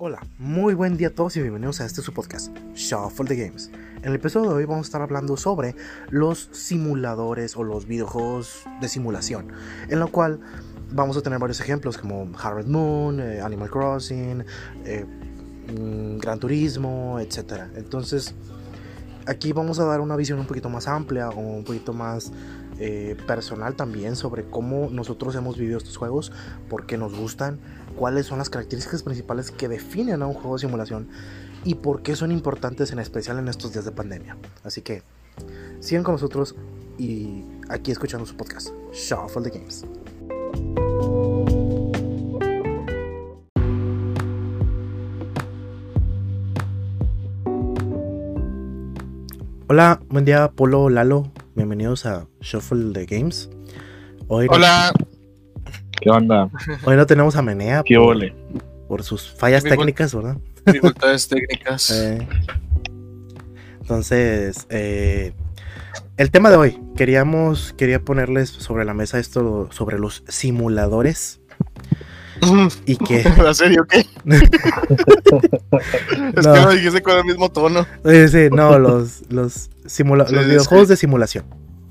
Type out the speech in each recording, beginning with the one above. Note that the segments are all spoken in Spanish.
Hola, muy buen día a todos y bienvenidos a su podcast, Shuffle the Games. En el episodio de hoy vamos a estar hablando sobre los simuladores o los videojuegos de simulación, en lo cual vamos a tener varios ejemplos como Harvest Moon, Animal Crossing, Gran Turismo, etc. Entonces, aquí vamos a dar una visión un poquito más amplia o un poquito más personal también sobre cómo nosotros hemos vivido estos juegos, por qué nos gustan, cuáles son las características principales que definen a un juego de simulación y por qué son importantes en especial en estos días de pandemia. Así que sigan con nosotros y aquí escuchando su podcast, Shuffle the Games. Hola, buen día Polo, Lalo, bienvenidos a Shuffle the Games. Hola. ¿Qué onda? Hoy no tenemos a Menea por sus fallas técnicas, ¿verdad? Dificultades técnicas. Entonces, el tema de hoy, quería ponerles sobre la mesa esto sobre los simuladores. Y que... ¿En serio qué? Es que lo dijiste con el mismo tono. Sí, no, los videojuegos de simulación.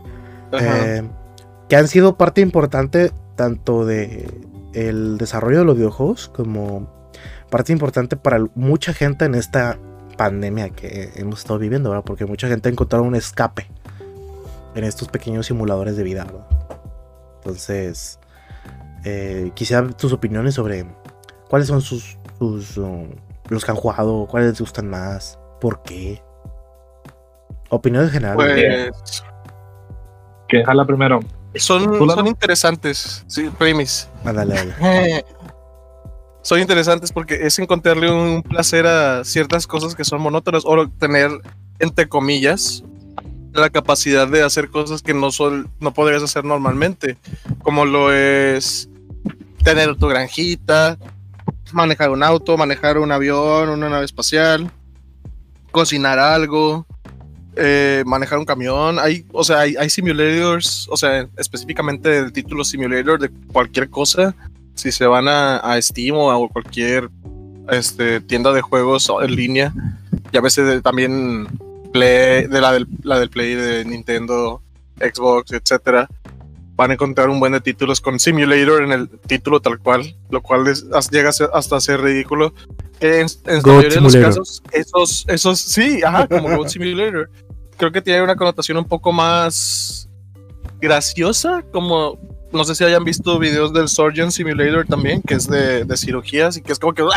Que han sido parte importante tanto de el desarrollo de los videojuegos como parte importante para mucha gente en esta pandemia que hemos estado viviendo, ¿verdad? Porque mucha gente ha encontrado un escape en estos pequeños simuladores de vida, ¿verdad? Entonces, quisiera tus opiniones sobre cuáles son los que han jugado, cuáles les gustan más, por qué. Opiniones generales. Pues... ¿Quién jala primero? Son interesantes, sí, premis. Dale. Son interesantes porque es encontrarle un placer a ciertas cosas que son monótonas o tener, entre comillas, la capacidad de hacer cosas que no podrías hacer normalmente, como lo es tener tu granjita, manejar un auto, manejar un avión, una nave espacial, cocinar algo, manejar un camión. Hay simulators, o sea, específicamente el título simulator de cualquier cosa. Si se van a Steam o a cualquier tienda de juegos en línea, y a veces también la del Play de Nintendo, Xbox, etcétera, van a encontrar un buen de títulos con simulator en el título tal cual, lo cual llega hasta a ser ridículo. En la mayoría de los casos, esos sí, como Goat Simulator, creo que tiene una connotación un poco más graciosa, como no sé si hayan visto videos del Surgeon Simulator también, que es de cirugías y que es como que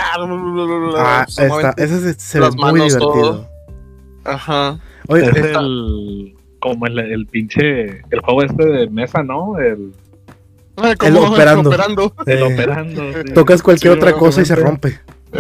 ese se ve muy divertido. Todo. Ajá. Oye, es como el pinche el juego de mesa, ¿no? El operando. El operando. Sí. Tocas cualquier otra cosa y se rompe.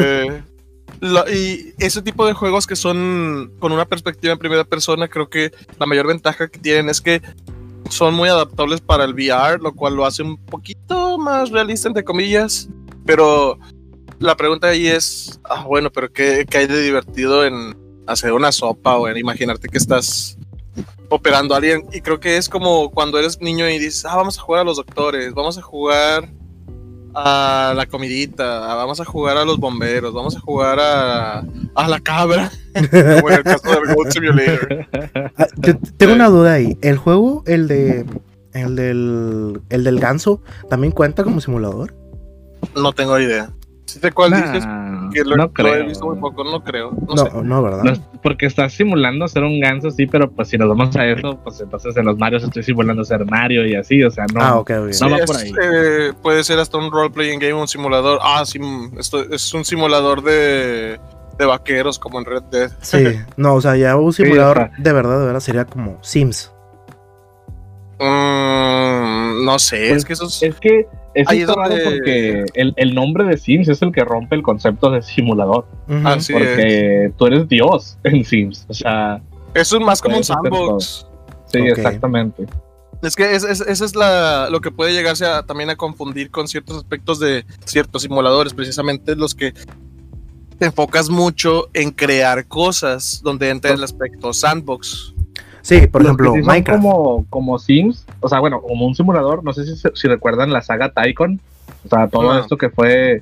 Y ese tipo de juegos que son con una perspectiva en primera persona, creo que la mayor ventaja que tienen es que son muy adaptables para el VR, lo cual lo hace un poquito más realista, entre comillas. Pero la pregunta ahí es, bueno, pero ¿qué hay de divertido en hacer una sopa o en imaginarte que estás operando a alguien? Y creo que es como cuando eres niño y dices, vamos a jugar a los doctores, vamos a jugar a la comidita, vamos a jugar a los bomberos, vamos a jugar a la cabra, como en el caso del Goat Simulator. Tengo una duda ahí. ¿El juego, el del ganso, también cuenta como simulador? No tengo idea. ¿De cuál dices? Que no creo. Lo he visto muy poco, no creo. No, ¿verdad? No, porque estás simulando ser un ganso, sí, pero pues si nos vamos a eso, pues entonces en los Marios estoy simulando ser Mario y así, o sea, no. Okay. No va por ahí. Puede ser hasta un role-playing game, un simulador. Sí, esto es un simulador de vaqueros como en Red Dead. Sí, no, o sea, ya un simulador de verdad sería como Sims. No sé, pues, es que eso es que es raro porque el nombre de Sims es el que rompe el concepto de simulador. Así porque tú eres Dios en Sims, o sea, eso es más como un sandbox. Sí, exactamente. Es que eso es lo que puede llegarse también a confundir con ciertos aspectos de ciertos simuladores, precisamente los que te enfocas mucho en crear cosas, donde entra el aspecto sandbox. Sí, por ejemplo, Minecraft. Como Sims, o sea, bueno, como un simulador, no sé si recuerdan la saga Tycoon, o sea, todo esto que fue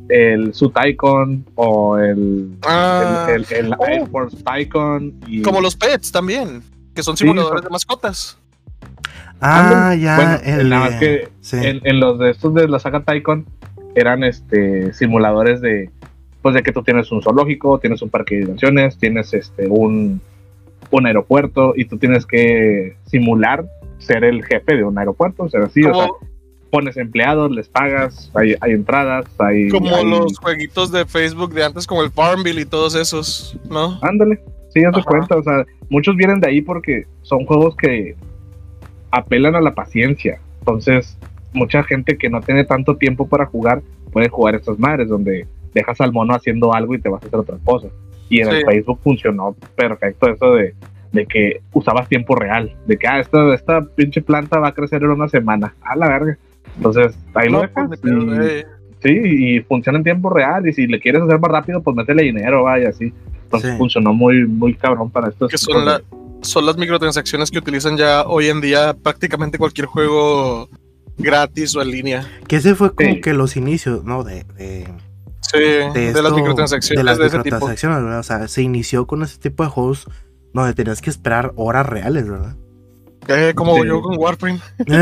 el Zoo Tycoon o el Air Force Tycoon. Y... Como los Pets también, que son simuladores de mascotas. Ya. Bueno, nada más que sí. en los de estos de la saga Tycoon eran simuladores de que tú tienes un zoológico, tienes un parque de diversiones, tienes un aeropuerto y tú tienes que simular ser el jefe de un aeropuerto, ser así, o sea, pones empleados, les pagas, hay entradas, hay los jueguitos de Facebook de antes, como el Farmville y todos esos, ¿no? Ándale, sí, haz de cuenta, o sea, muchos vienen de ahí porque son juegos que apelan a la paciencia, entonces mucha gente que no tiene tanto tiempo para jugar puede jugar estas madres donde dejas al mono haciendo algo y te vas a hacer otra cosa. Y en el Facebook funcionó perfecto eso de que usabas tiempo real, de que esta pinche planta va a crecer en una semana, a la verga. Entonces ahí lo dejas y funciona en tiempo real, y si le quieres hacer más rápido pues métele dinero, vaya, así. Entonces funcionó muy, muy cabrón para esto. Que son las microtransacciones que utilizan ya hoy en día prácticamente cualquier juego gratis o en línea. Que ese fue como que los inicios, ¿no? De las microtransacciones de ese tipo. ¿Verdad? O sea, se inició con ese tipo de juegos donde tenías que esperar horas reales, ¿verdad? Como yo con Warframe.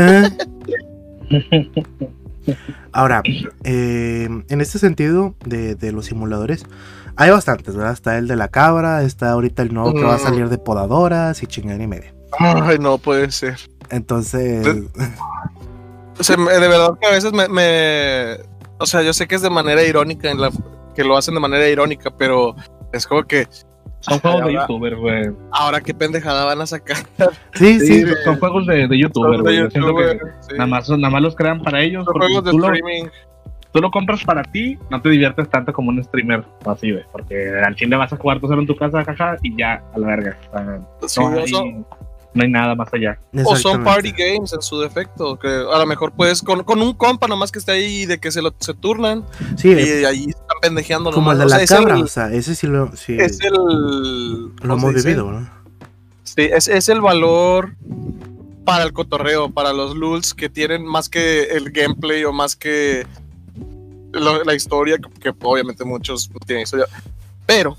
Ahora, en este sentido de los simuladores, hay bastantes, ¿verdad? Está el de la cabra, está ahorita el nuevo que va a salir de podadoras y chingada y media. Ay, no puede ser. Entonces... de verdad que a veces o sea, yo sé que es de manera irónica, que lo hacen de manera irónica, pero es como que... Son juegos de youtuber, güey. Ahora qué pendejada van a sacar. Sí. Son juegos de youtuber, güey. Yo siento que nada más los crean para ellos. Son juegos de streaming. Tú lo compras para ti, no te diviertes tanto como un streamer así, güey. Porque al chile vas a jugar tú solo en tu casa, jaja, y ya, a la verga. O sea, no hay nada más allá. O son party games en su defecto, que a lo mejor puedes con un compa nomás que esté ahí de que se turnan, sí, y ahí están pendejeando como nomás. El de la cabra, o sea, ese sí lo es lo hemos vivido, ¿no? Sí, es el valor para el cotorreo, para los lulz que tienen más que el gameplay o más que la historia, que obviamente muchos no tienen historia, pero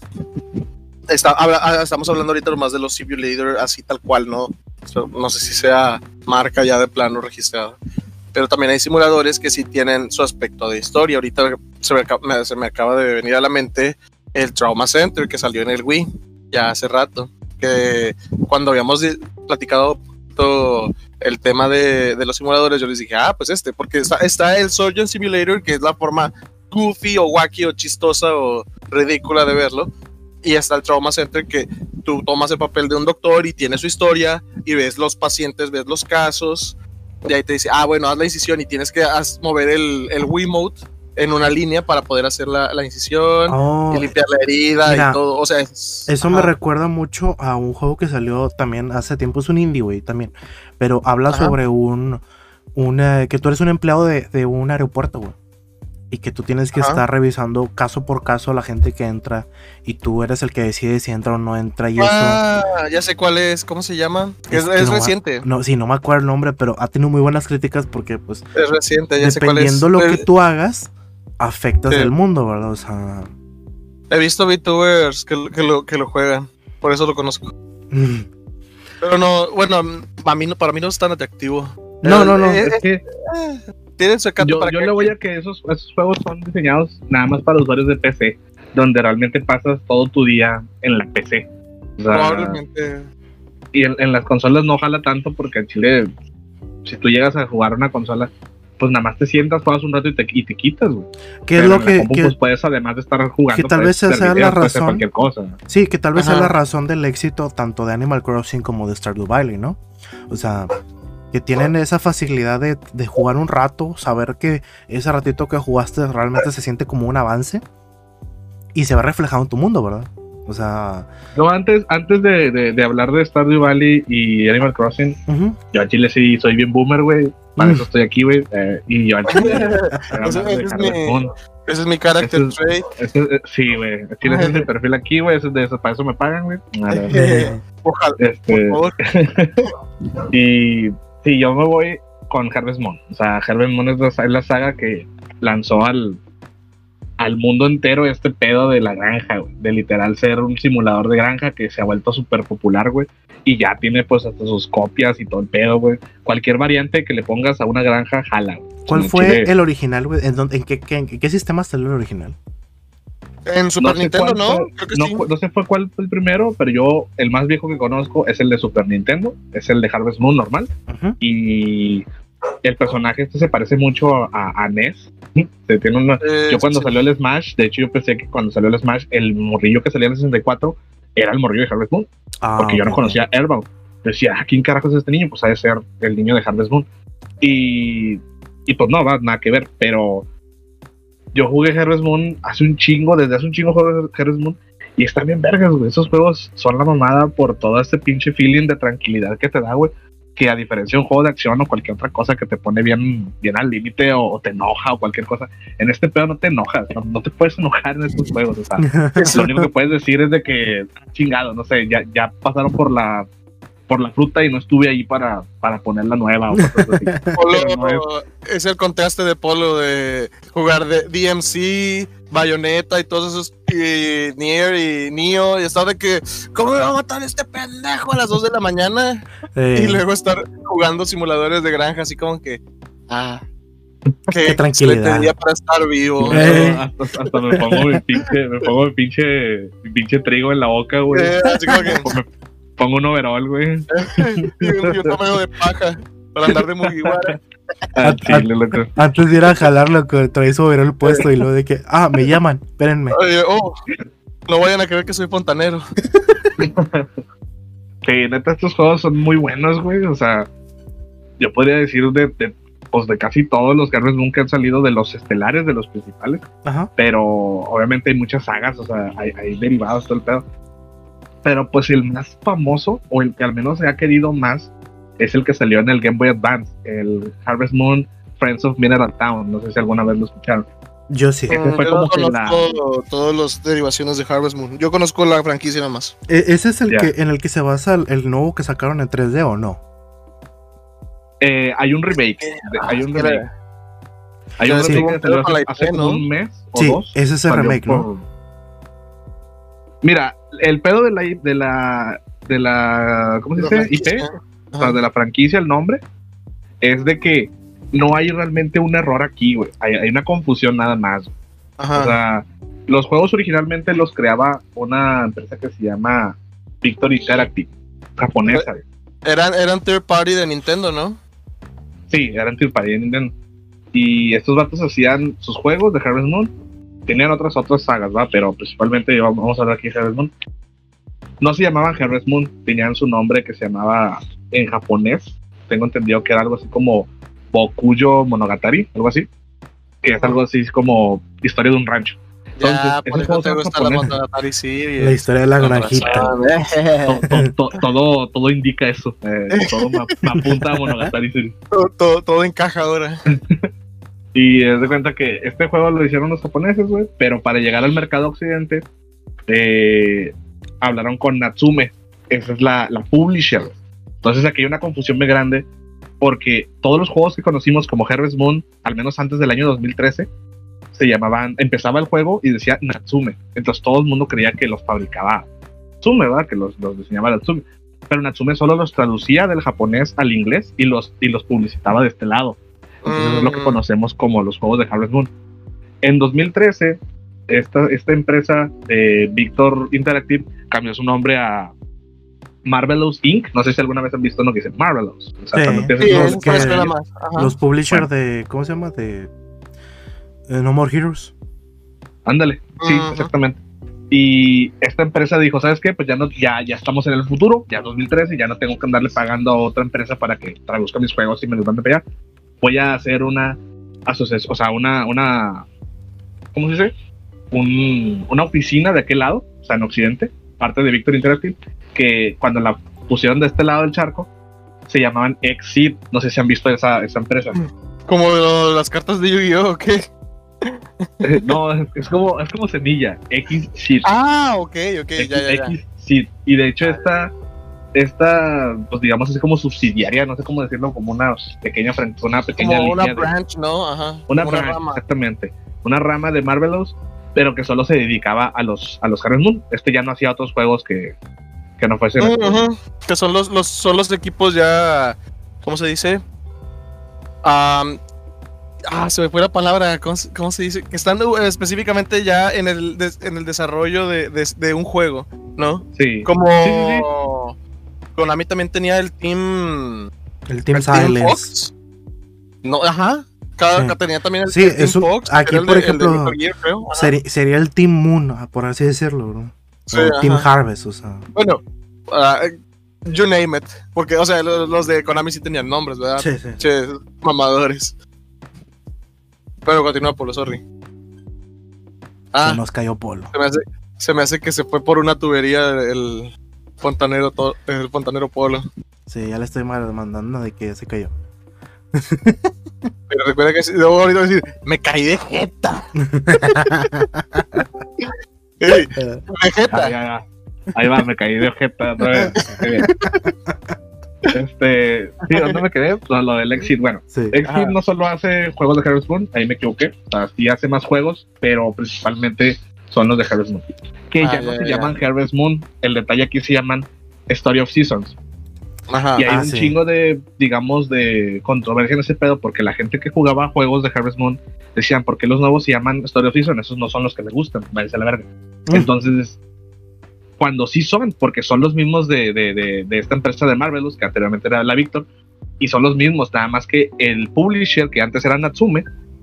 estamos hablando ahorita más de los simulators así tal cual, ¿no? No sé si sea marca ya de plano registrada, pero también hay simuladores que sí tienen su aspecto de historia. Ahorita se me acaba de venir a la mente el Trauma Center, que salió en el Wii ya hace rato, que cuando habíamos platicado todo el tema de los simuladores, yo les dije, pues porque está el Surgeon Simulator, que es la forma goofy o wacky o chistosa o ridícula de verlo. Y está el Trauma Center, que tú tomas el papel de un doctor y tiene su historia y ves los pacientes, ves los casos, y ahí te dice, bueno, haz la incisión y tienes que mover el Wiimote en una línea para poder hacer la incisión y limpiar la herida. Mira, y todo, o sea, eso me recuerda mucho a un juego que salió también hace tiempo, es un indie, güey, también, pero habla sobre que tú eres un empleado de un aeropuerto, güey. Y que tú tienes que estar revisando caso por caso a la gente que entra, y tú eres el que decide si entra o no entra, y eso... ya sé cuál es, ¿cómo se llama? Es reciente. No me acuerdo el nombre, pero ha tenido muy buenas críticas porque, pues... Es reciente, ya sé cuál es. Dependiendo lo que tú hagas, afectas el mundo, ¿verdad? O sea... He visto VTubers que lo juegan, por eso lo conozco. Pero no, bueno, para mí no es tan atractivo. No, es que... Tienen su encanto. Yo le voy a que esos juegos son diseñados nada más para usuarios de PC, donde realmente pasas todo tu día en la PC. O sea, probablemente. Y en las consolas no jala tanto, porque en Chile, si tú llegas a jugar una consola, pues nada más te sientas, juegas un rato y te quitas, güey. ¿Qué es lo que pues puedes, además de estar jugando, que tal vez sea la razón, cualquier cosa. Sí, que tal vez sea la razón del éxito tanto de Animal Crossing como de Stardew Valley, ¿no? O sea, que tienen esa facilidad de jugar un rato, saber que ese ratito que jugaste realmente se siente como un avance y se va reflejado en tu mundo, ¿verdad? O sea... No, antes de hablar de Stardew Valley y Animal Crossing, yo a Chile sí soy bien boomer, güey. Para eso estoy aquí, güey. Y yo al Chile... Ese es mi character trait. Sí, güey. Chile es el perfil aquí, güey. Para eso me pagan, güey. Ojalá, por favor. Y... sí, yo me voy con Harvest Moon. O sea, Harvest Moon es la saga que lanzó al al mundo entero este pedo de la granja, güey, de literal ser un simulador de granja que se ha vuelto súper popular, güey, y ya tiene pues hasta sus copias y todo el pedo, güey. Cualquier variante que le pongas a una granja, jala, güey. ¿Cuál fue el original, güey? ¿En qué sistema salió el original? En Super Nintendo, ¿no? Creo que sí. No sé cuál fue el primero, pero yo, el más viejo que conozco es el de Super Nintendo, es el de Harvest Moon normal, y el personaje se parece mucho a Ness. Yo cuando salió el Smash, de hecho yo pensé que cuando salió el Smash, el morrillo que salía en el 64 era el morrillo de Harvest Moon, porque yo no conocía a Airbound. Decía, ¿quién carajos es este niño? Pues ha de ser el niño de Harvest Moon. Y pues no, nada que ver, pero yo jugué Harvest Moon desde hace un chingo juego Harvest Moon, y están bien vergas, güey. Esos juegos son la mamada por todo este pinche feeling de tranquilidad que te da, güey. Que a diferencia de un juego de acción o cualquier otra cosa que te pone bien al límite o te enoja o cualquier cosa, en este pedo no te enojas, no te puedes enojar en estos juegos, o sea, lo único que puedes decir es de que chingado, no sé, ya pasaron por la fruta y no estuve ahí para poner la nueva o cosas así. Polo, es el contraste de Polo de jugar de DMC, Bayonetta y todos esos, y Nier y Neo, y estar de que, ¿cómo me va a matar este pendejo a las 2 de la mañana? Y luego estar jugando simuladores de granja, así como que, qué tranquilidad día para estar vivo. Hasta me pongo mi pinche trigo en la boca, güey. Así como que pongo un overall, güey. Yo tomo de paja para andar de Mugiwara. Antes de ir a jalar, loco, traes overall puesto y luego de que, me llaman, espérenme. No vayan a creer que soy fontanero. Sí, neta, estos juegos son muy buenos, güey. O sea, yo podría decir de casi todos los Harvest Moon que han salido, de los estelares, de los principales. Ajá. Pero obviamente hay muchas sagas, o sea, hay derivados, todo el pedo. Pero pues el más famoso, o el que al menos se ha querido más, es el que salió en el Game Boy Advance, el Harvest Moon Friends of Mineral Town. No sé si alguna vez lo escucharon. Yo sí. Ese fue como que todas las derivaciones de Harvest Moon. Yo conozco la franquicia nada más. ¿Ese es en el que se basa el nuevo que sacaron en 3D o no? Hay un remake. Hay un remake que salió hace un mes o dos. Sí, ese es el remake, ¿no? Mira, el pedo de la ¿cómo se dice? IP, o sea, de la franquicia, el nombre, es de que no hay realmente un error aquí, güey. Hay una confusión nada más. Ajá. O sea, los juegos originalmente los creaba una empresa que se llama Victor Interactive, japonesa. Güey. Eran third party de Nintendo, ¿no? Sí, eran third party de Nintendo. Y estos vatos hacían sus juegos de Harvest Moon. Tenían otras sagas, ¿va? Pero principalmente vamos a hablar aquí de Harvest Moon. No se llamaban Harvest Moon, tenían su nombre que se llamaba en japonés. Tengo entendido que era algo así como Bokuyo Monogatari, algo así. Que es algo así como historia de un rancho. Entonces, ya, por eso te gusta la Monogatari, sí. La historia de la granjita. Todo indica eso. Todo me apunta a Monogatari, sí. Todo encaja ahora. Y es de cuenta que este juego lo hicieron los japoneses, güey, pero para llegar al mercado occidente hablaron con Natsume, esa es la publisher. Entonces aquí hay una confusión muy grande, porque todos los juegos que conocimos como Harvest Moon, al menos antes del año 2013, empezaba el juego y decía Natsume. Entonces todo el mundo creía que los fabricaba Natsume, ¿verdad? Que los diseñaba Natsume. Pero Natsume solo los traducía del japonés al inglés y los publicitaba de este lado. Entonces es lo que conocemos como los juegos de Harvest Moon. En 2013, esta empresa de Victor Interactive cambió su nombre a Marvelous Inc. No sé si alguna vez han visto lo que dice Marvelous. O sea, los publishers de, ¿cómo se llama? De No More Heroes. Ándale, sí, exactamente. Y esta empresa dijo, ¿sabes qué? Pues ya estamos en el futuro, ya 2013, ya no tengo que andarle pagando a otra empresa para que traduzca mis juegos y me los van a pegar. Voy a hacer una asociación, o sea, una ¿cómo se dice? Una oficina de aquel lado, o sea, en Occidente, parte de Victor Interactive, que cuando la pusieron de este lado del charco, se llamaban Exit. No sé si han visto esa empresa. ¿Como las cartas de Yu-Gi-Oh! ¿O qué? No, es como semilla, X-Seed. Ok, ya. X-Seed. Y de hecho esta, pues digamos así como subsidiaria, no sé cómo decirlo, como una pequeña como línea una branch, ¿no? Ajá. Una branch, exactamente. una rama de Marvelous, pero que solo se dedicaba a los Harvest Moon. Ya no hacía otros juegos que no fuesen. Que son los equipos ya, ¿cómo se dice? Se me fue la palabra, ¿cómo se dice? Que están específicamente ya en el desarrollo de un juego, ¿no? Sí. Como Sí. Konami también tenía el Team Silence. Fox. No, ajá. Tenía también el Sí, Team Fox. aquí, por ejemplo, Metal Gear, creo. sería el Team Moon, por así decirlo, ¿no? Sí, o Team Harvest, o sea. Bueno, you name it. Porque, o sea, los de Konami sí tenían nombres, ¿verdad? Sí. Che, mamadores. Pero continúa, Polo, sorry. Se nos cayó Polo. Se me hace que se fue por una tubería el fontanero Polo. Sí, ya le estoy mandando de que se cayó. Pero recuerda que luego ahorita voy a decir, me caí de jeta. Hey, de jeta. Ahí va, me caí de jeta otra vez. Sí, ¿dónde me quedé? Pues lo del Exit. Bueno, sí. Exit no solo hace juegos de Harvest Moon, ahí me equivoqué. O sea, sí hace más juegos, pero principalmente son los de Harvest Moon. Que ya no se llaman Harvest Moon. El detalle aquí se llaman Story of Seasons. Ajá. Y hay un chingo de, digamos, de controversia en ese pedo, porque la gente que jugaba juegos de Harvest Moon decían, ¿por qué los nuevos se llaman Story of Seasons? Esos no son los que me gustan, váyanse a la verga. Entonces, cuando sí son, porque son los mismos de esta empresa de Marvelous, que anteriormente era la Victor, y son los mismos, nada más que el publisher, que antes era Natsume,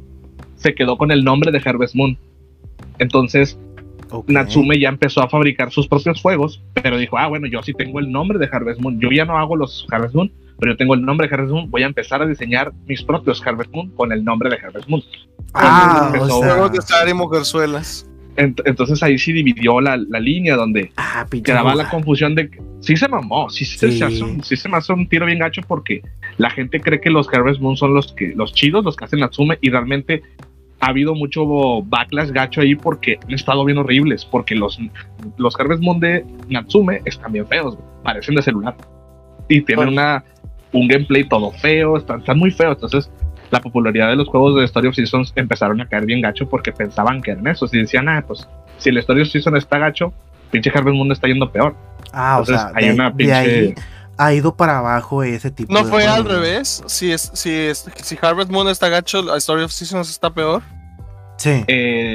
se quedó con el nombre de Harvest Moon. Entonces, Natsume ya empezó a fabricar sus propios juegos, pero dijo, bueno, yo sí tengo el nombre de Harvest Moon, yo ya no hago los Harvest Moon, pero yo tengo el nombre de Harvest Moon, voy a empezar a diseñar mis propios Harvest Moon con el nombre de Harvest Moon. Juegos de Star y Mujerzuelas. Entonces ahí sí dividió la línea, donde quedaba la confusión de que sí se mamó, sí se me hace un tiro bien gacho, porque la gente cree que los Harvest Moon son los chidos, los que hacen Natsume, y realmente ha habido mucho backlash gacho ahí, porque han estado bien horribles, porque los Harvest Moon de Natsume están bien feos, parecen de celular, y tienen un gameplay todo feo, están muy feos. Entonces la popularidad de los juegos de Story of Seasons empezaron a caer bien gacho, porque pensaban que eran esos, y decían, pues si el Story of Seasons está gacho, pinche Harvest Moon está yendo peor. Entonces, o sea, hay una pinche... ahí ha ido para abajo ese tipo ¿No de fue juegos, al revés? Si Harvest Moon está gacho, Story of Seasons está peor. Sí.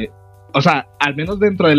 O sea, al menos dentro de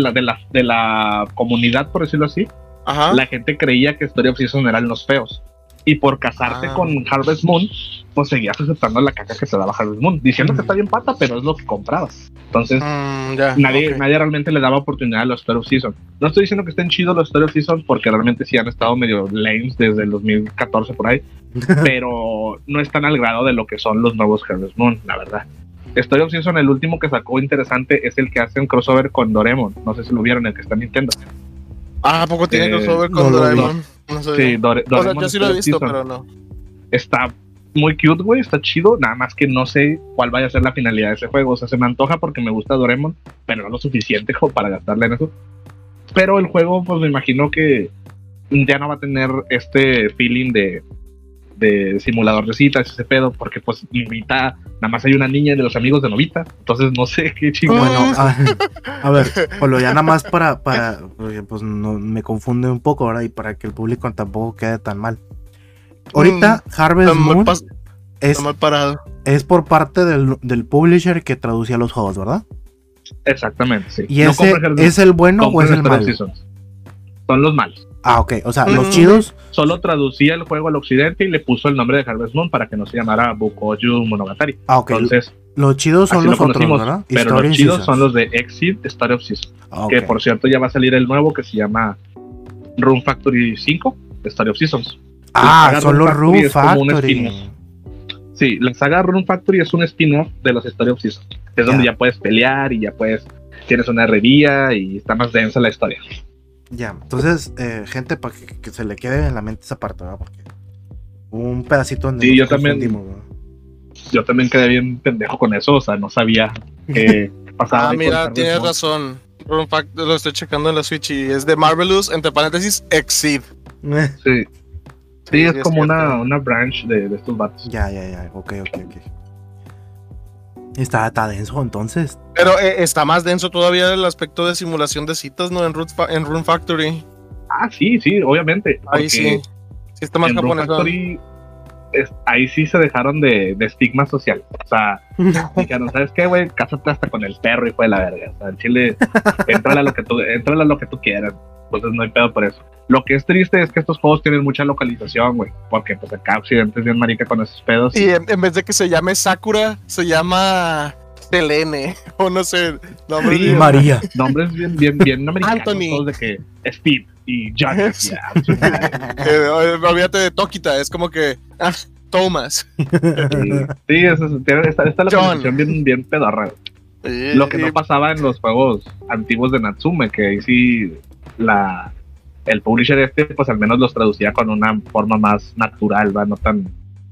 la comunidad, por decirlo así, la gente creía que Story of Seasons eran los feos. Y por casarte con Harvest Moon, pues seguías aceptando la caca que te daba Harvest Moon, diciendo que está bien pata, pero es lo que comprabas. Entonces, nadie realmente le daba oportunidad a los Story of Seasons. No estoy diciendo que estén chidos los Story of Seasons, porque realmente sí han estado medio lames desde el 2014 por ahí, pero no están al grado de lo que son los nuevos Harvest Moon, la verdad. Story of Seasons, el último que sacó interesante, es el que hace un crossover con Doraemon. No sé si lo vieron, el que está en Nintendo. ¿A poco tiene crossover con Doraemon? No sé. Sí, Doraemon. O sea, yo sí lo he visto, pero no. Está muy cute, güey, está chido. Nada más que no sé cuál vaya a ser la finalidad de ese juego. O sea, se me antoja porque me gusta Doraemon, pero no lo suficiente como para gastarle en eso. Pero el juego, pues me imagino que ya no va a tener este feeling de simulador de citas, ese pedo, porque pues Novita, nada más hay una niña de los amigos de Novita, entonces no sé qué chingón. Bueno, a ver, Polo, ya nada más para porque pues no, me confunde un poco ahora, y para que el público tampoco quede tan mal. Ahorita Harvest Moon es por parte del publisher que traducía los juegos, ¿verdad? Exactamente, sí. ¿Y ese es el bueno o es el malo? Son los malos. Ok, o sea, los chidos. Solo traducía el juego al occidente y le puso el nombre de Harvest Moon para que no se llamara Bukoju Monogatari. Ok. Entonces, los chidos son los otros, ¿verdad? Pero los chidos son los de Exit Story of Seasons. Que por cierto ya va a salir el nuevo que se llama Rune Factory 5 Story of Seasons. Son los Rune Factory. Sí, la saga Rune Factory es un spin-off de los Story of Seasons. Es donde ya puedes pelear y ya tienes una herrería y está más densa la historia. Ya, entonces, gente, para que se le quede en la mente esa parte, ¿verdad? Porque un pedacito donde yo también quedé bien pendejo con eso, o sea, no sabía qué pasaba. Mira, tienes razón. Lo estoy checando en la Switch y es de Marvelous, entre paréntesis, Exceed. Sí, es como una branch de estos vatos. Ya, ok. Está denso, entonces. Pero está más denso todavía el aspecto de simulación de citas, ¿no? En Rune Factory. Ah, sí, obviamente. Ahí sí. Sí está más japonés. Ahí sí se dejaron de estigma social. O sea, dijeron, ¿sabes qué, güey? Cásate hasta con el perro y fue de la verga. O sea, en Chile, entrale a lo que tú quieras. Entonces no hay pedo por eso. Lo que es triste es que estos juegos tienen mucha localización, güey. Porque pues acá Occidente es bien marica con esos pedos. Y en vez de que se llame Sakura, se llama Selene. O no sé. Nombres sí, María. Nombres bien americanos. Anthony. Todos de que Steve y John. Olvídate de Tokita. Es como que... Thomas. Sí, está la conexión bien pedorra. Lo que no pasaba en los juegos antiguos de Natsume, que ahí sí el publisher pues al menos los traducía con una forma más natural, ¿va? No tan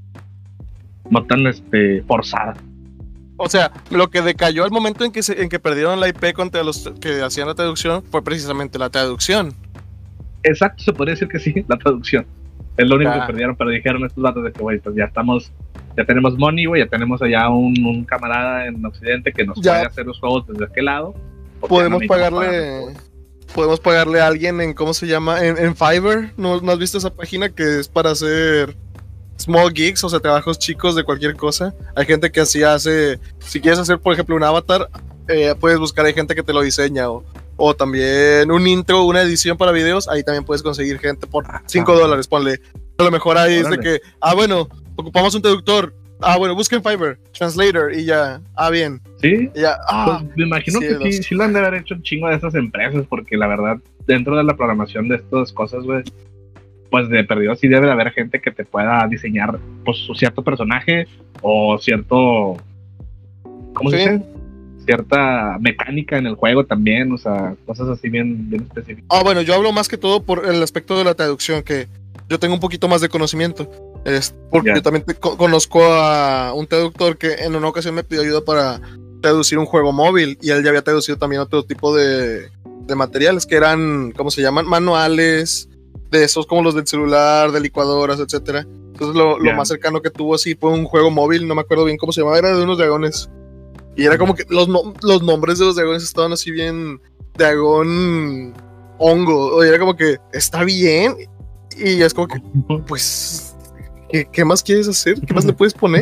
forzada. O sea, lo que decayó al momento en que perdieron la IP contra los que hacían la traducción fue precisamente la traducción. Exacto, se podría decir que sí, la traducción. Es lo único que perdieron, pero dijeron estos datos de que, güey, pues ya tenemos money, güey, ya tenemos allá un camarada en Occidente que nos puede hacer los juegos desde aquel lado. Podemos pagarle a alguien en, ¿cómo se llama? En Fiverr. ¿No has visto esa página que es para hacer small gigs, o sea, trabajos chicos de cualquier cosa? Hay gente que si quieres hacer, por ejemplo, un avatar, puedes buscar, hay gente que te lo diseña, o también un intro, una edición para videos, ahí también puedes conseguir gente por $5, ponle. A lo mejor ahí es de que, bueno, ocupamos un traductor, bueno, busquen Fiverr, translator, y ya, bien. Sí, y ya, pues me imagino que sí lo han de haber hecho un chingo de esas empresas, porque la verdad, dentro de la programación de estas cosas, güey, pues de perdido sí debe de haber gente que te pueda diseñar, pues, su cierto personaje, o cierto, ¿cómo se dice? Cierta mecánica en el juego también, o sea, cosas así bien específicas. Bueno, yo hablo más que todo por el aspecto de la traducción, que yo tengo un poquito más de conocimiento, porque yo también conozco a un traductor que en una ocasión me pidió ayuda para traducir un juego móvil, y él ya había traducido también otro tipo de materiales que eran, ¿cómo se llaman? Manuales, de esos como los del celular, de licuadoras, etcétera. Entonces lo más cercano que tuvo así fue un juego móvil, no me acuerdo bien cómo se llamaba, era de unos dragones. Y era como que los nombres de los dragones estaban así bien dragón hongo. Y era como que está bien. Y es como que, pues, ¿qué más quieres hacer? ¿Qué más le puedes poner?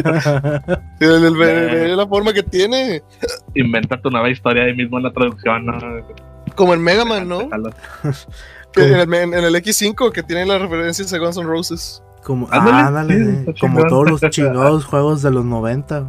La forma que tiene. Inventa tu nueva historia ahí mismo en la traducción, ¿no? Como en Mega Man, ¿no? En el X5 que tiene las referencias a Guns N' Roses. Como, ándale, como todos los chingados juegos de los 90.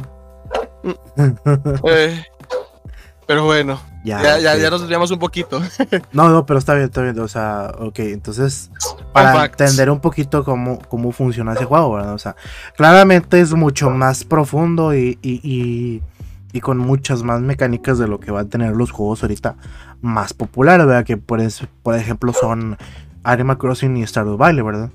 Pero bueno, ya nos desviamos un poquito. No, pero está bien, o sea, ok, entonces para entender un poquito cómo funciona ese juego, ¿verdad? O sea, claramente es mucho más profundo y con muchas más mecánicas de lo que van a tener los juegos ahorita más populares, ¿verdad? Que por ejemplo son Animal Crossing y Stardew Valley, ¿verdad?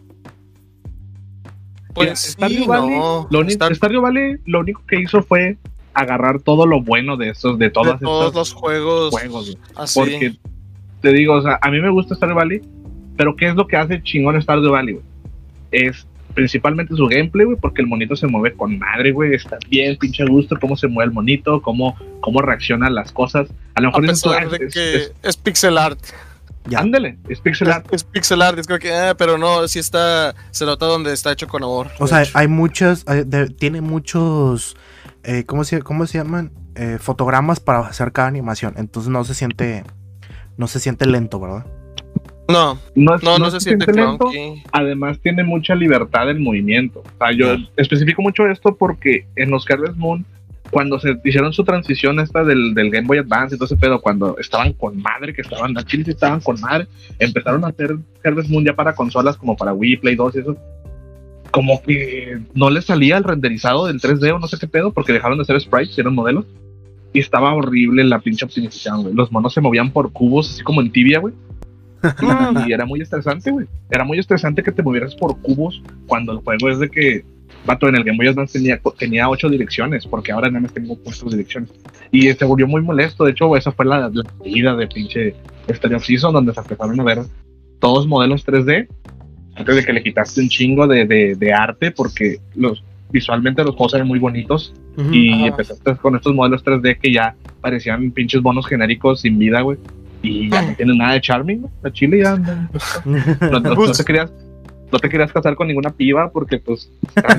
Pues Stardew Valley, Stardew Valley lo único que hizo fue agarrar todo lo bueno de todos los juegos así. Porque te digo, o sea, a mí me gusta Stardew Valley, pero ¿qué es lo que hace chingón Stardew Valley, güey? Es principalmente su gameplay, güey, porque el monito se mueve con madre, güey, está bien pinche gusto cómo se mueve el monito, cómo reacciona a las cosas. A lo mejor es pixel art. Ándale, es pixel art. Es pixel art, es como que, pero no, sí está, se nota donde está hecho con amor. O sea, hay muchas, tiene muchos, ¿cómo se llaman? Fotogramas para hacer cada animación, entonces no se siente lento, ¿verdad? No se siente lento. Además tiene mucha libertad en movimiento. O sea, yo especifico mucho esto porque en los Harvest Moon, cuando se hicieron su transición esta del Game Boy Advance y todo ese pedo, cuando estaban con madre, las chiles estaban con madre, empezaron a hacer Harvest Moon ya para consolas como para Wii, Play 2 y eso, como que no les salía el renderizado del 3D o no sé qué pedo, porque dejaron de hacer sprites, eran modelos, y estaba horrible la pinche optimización, güey. Los monos se movían por cubos, así como en Tibia, güey. Y era muy estresante, güey. Era muy estresante que te movieras por cubos cuando el juego es de que, vato, en el Game Boy Advance tenía 8 direcciones, porque ahora nada más tengo 4 direcciones. Y se volvió muy molesto. De hecho, esa fue la vida de pinche Stereo Season, donde se empezaron a ver todos modelos 3D antes de que le quitaste un chingo de arte, porque visualmente los juegos eran muy bonitos. Ujú. Y Ajá. empezaste con estos modelos 3D que ya parecían pinches bonos genéricos sin vida, güey. Y ya no tienen nada de charming, güey. La chile ya no te querías casar con ninguna piba porque pues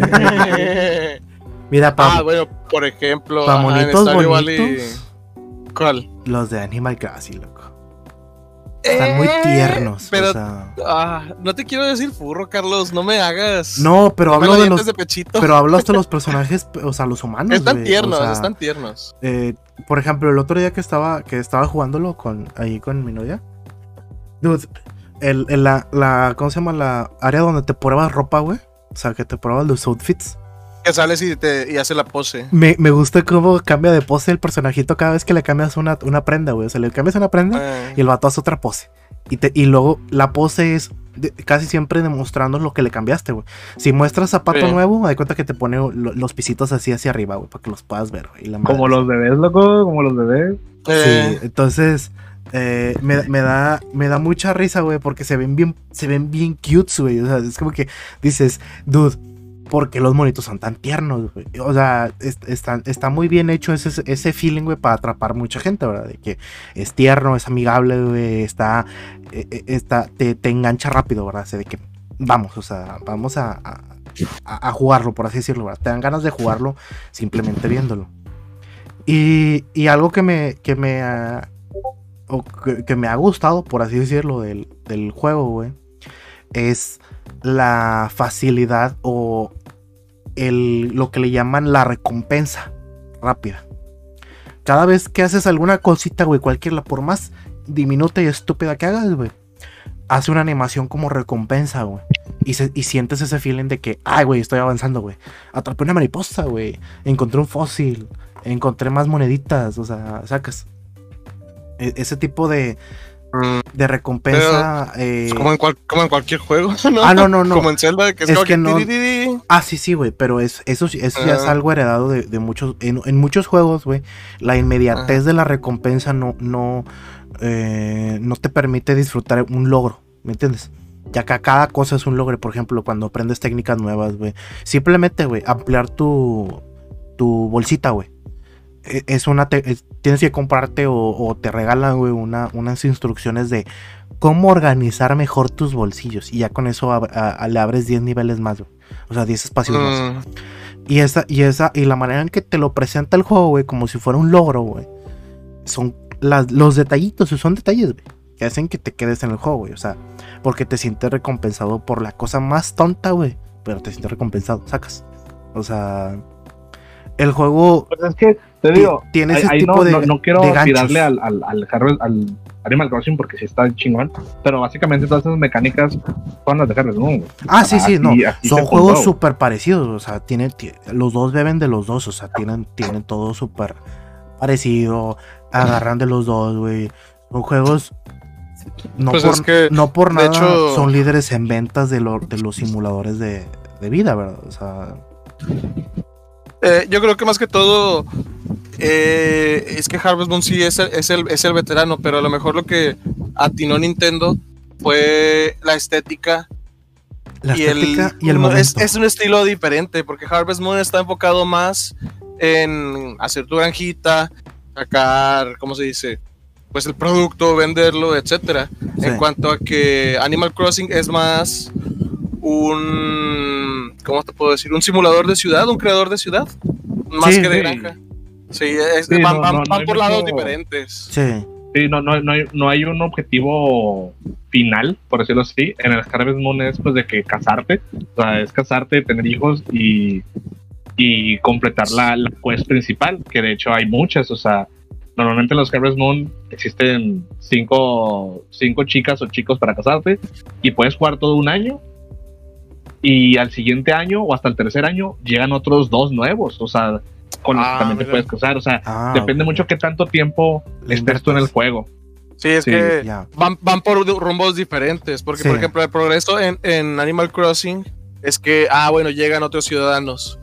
Mira, bueno, por ejemplo, pa en monitos Stardew bonitos, Valley. ¿Cuál? los de Animal Crossing, loco. Están muy tiernos. Pero o sea, no te quiero decir furro, Carlos, no me hagas. no, pero No me hablo la de dientes los. de pechito. Pero hablo hasta los personajes, o sea, los humanos. Están güey, tiernos, o sea, están tiernos. por ejemplo, el otro día que estaba jugándolo ahí con mi novia. Dude, ¿cómo se llama? La área donde te pruebas ropa, güey. O sea, que te pruebas los outfits. Que sales y hace la pose. Me gusta cómo cambia de pose el personajito cada vez que le cambias una prenda, güey. O sea, le cambias una prenda y el vato hace otra pose. Y luego la pose es casi siempre demostrando lo que le cambiaste, güey. Si muestras zapato nuevo, da cuenta que te pone los pisitos así hacia arriba, güey, para que los puedas ver, güey. como los bebés, loco, como los bebés. Sí, entonces me da mucha risa, güey, porque se ven bien cute, güey. O sea, es como que dices, dude, ¿por qué los monitos son tan tiernos, güey? O sea, está muy bien hecho ese feeling, güey, para atrapar mucha gente, ¿verdad? De que es tierno, es amigable, güey, te engancha rápido, ¿verdad? O sea, de que vamos a jugarlo, por así decirlo, ¿verdad? Te dan ganas de jugarlo simplemente viéndolo. Y algo que me ha gustado, por así decirlo, del juego, güey, es la facilidad o lo que le llaman la recompensa rápida. Cada vez que haces alguna cosita, güey, cualquiera, por más diminuta y estúpida que hagas, güey, hace una animación como recompensa, güey. Y sientes ese feeling de que, ay, güey, estoy avanzando, güey. Atrapé una mariposa, güey. Encontré un fósil. Encontré más moneditas. O sea, sacas. Ese tipo de recompensa. Como en cualquier juego, ¿no? Ah, no. Como en Zelda, que es como que no. tiririri. Ah, sí, güey. Pero eso ya es algo heredado de muchos. En muchos juegos, güey. La inmediatez de la recompensa no te permite disfrutar un logro. ¿Me entiendes? Ya que cada cosa es un logro. Por ejemplo, cuando aprendes técnicas nuevas, güey. Simplemente, güey, ampliar tu bolsita, güey. Tienes que comprarte o te regalan, güey, unas instrucciones de cómo organizar mejor tus bolsillos. Y ya con eso le abres 10 niveles más, güey. O sea, 10 espacios más. Y la manera en que te lo presenta el juego, güey, como si fuera un logro, güey. Son los detallitos, son detalles, güey, que hacen que te quedes en el juego, güey. O sea, porque te sientes recompensado por la cosa más tonta, güey. Pero te sientes recompensado, sacas. O sea, el juego. Pues es que te digo, tiene ese ahí tipo no quiero de ganchos. tirarle al Animal Crossing porque sí está chingón, pero básicamente todas esas mecánicas son las de Harvest Moon. Sí, no. Son juegos súper súper parecidos, o sea, los dos beben de los dos, o sea, tienen todo súper parecido, agarran de los dos, güey. Son juegos. No, Pues no por nada hecho, son líderes en ventas de los simuladores de vida, ¿verdad? O sea. Yo creo que más que todo es que Harvest Moon sí es el veterano, pero a lo mejor lo que atinó Nintendo fue la estética. Y el momento. Es un estilo diferente, porque Harvest Moon está enfocado más en hacer tu granjita, sacar, ¿cómo se dice? Pues el producto, venderlo, etcétera. Sí. En cuanto a que Animal Crossing es más ¿cómo te puedo decir? Un simulador de ciudad, un creador de ciudad, más que de granja. Sí, van por lados diferentes. Sí. Sí, no hay un objetivo final, por decirlo así. En el Harvest Moon es pues de que casarte, o sea, es casarte, tener hijos y completar la quest principal, que de hecho hay muchas, o sea, normalmente en los Harvest Moon existen 5 chicas o chicos para casarte y puedes jugar todo un año y al siguiente año o hasta el tercer año llegan otros 2 nuevos, o sea, con los que también te puedes casar, o sea, depende mucho qué tanto tiempo estés tú en el juego. Sí, es que van por rumbos diferentes, porque por ejemplo el progreso en Animal Crossing es que, bueno, llegan otros ciudadanos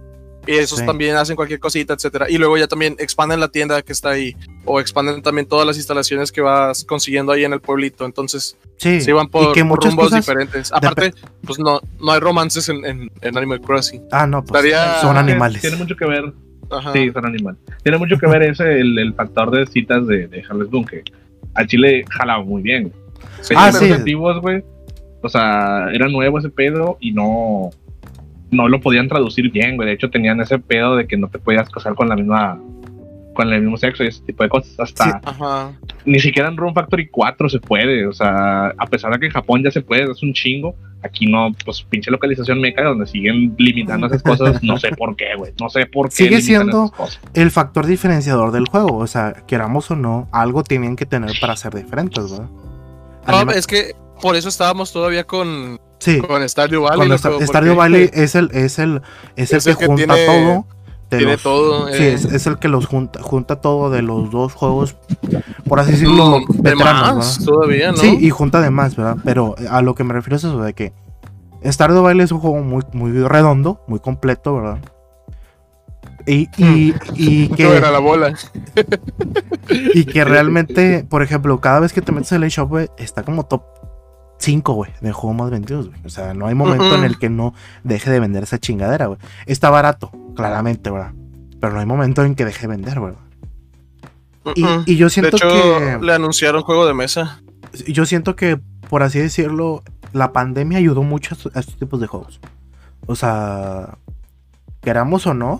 Y esos también hacen cualquier cosita, etcétera. Y luego ya también expanden la tienda que está ahí. O expanden también todas las instalaciones que vas consiguiendo ahí en el pueblito. Entonces, sí van por rumbos diferentes. Aparte, pues no hay romances en Animal Crossing. No, pues son animales. Tiene mucho que ver. Ajá. Sí, son animales. Tiene mucho que ver el factor de citas de Harvest Moon, que a Chile jalaba muy bien. Sí, los antiguos, güey. O sea, era nuevo ese pedo y no lo podían traducir bien, güey. De hecho, tenían ese pedo de que no te podías casar con el mismo sexo y ese tipo de cosas. Hasta ni siquiera en Rune Factory 4 se puede. O sea, a pesar de que en Japón ya se puede, es un chingo. Aquí no, pues pinche localización meca donde siguen limitando esas cosas. No sé por qué, güey. No sé por qué. Sigue siendo el factor diferenciador del juego. O sea, queramos o no, algo tienen que tener para ser diferentes, ¿verdad? No, es que por eso estábamos todavía con Stardew Valley. Stardew Valley es el que junta todo. Tiene todo. Sí, es el que los junta todo de los dos juegos, por así decirlo, veteranos, más, todavía, ¿no? Sí, y junta de más, ¿verdad? Pero a lo que me refiero es eso, de que Stardew Valley es un juego muy, muy redondo, muy completo, ¿verdad? Y que era la bola. Y que realmente, por ejemplo, cada vez que te metes en el eShop, güey, está como top 5, güey, de juegos más vendidos, güey. O sea, no hay momento en el que no deje de vender esa chingadera, güey. Está barato, claramente, ¿verdad? Pero no hay momento en que deje de vender, güey. Y yo siento de hecho, que le anunciaron juego de mesa. Yo siento que, por así decirlo, la pandemia ayudó mucho a estos tipos de juegos. O sea, queramos o no,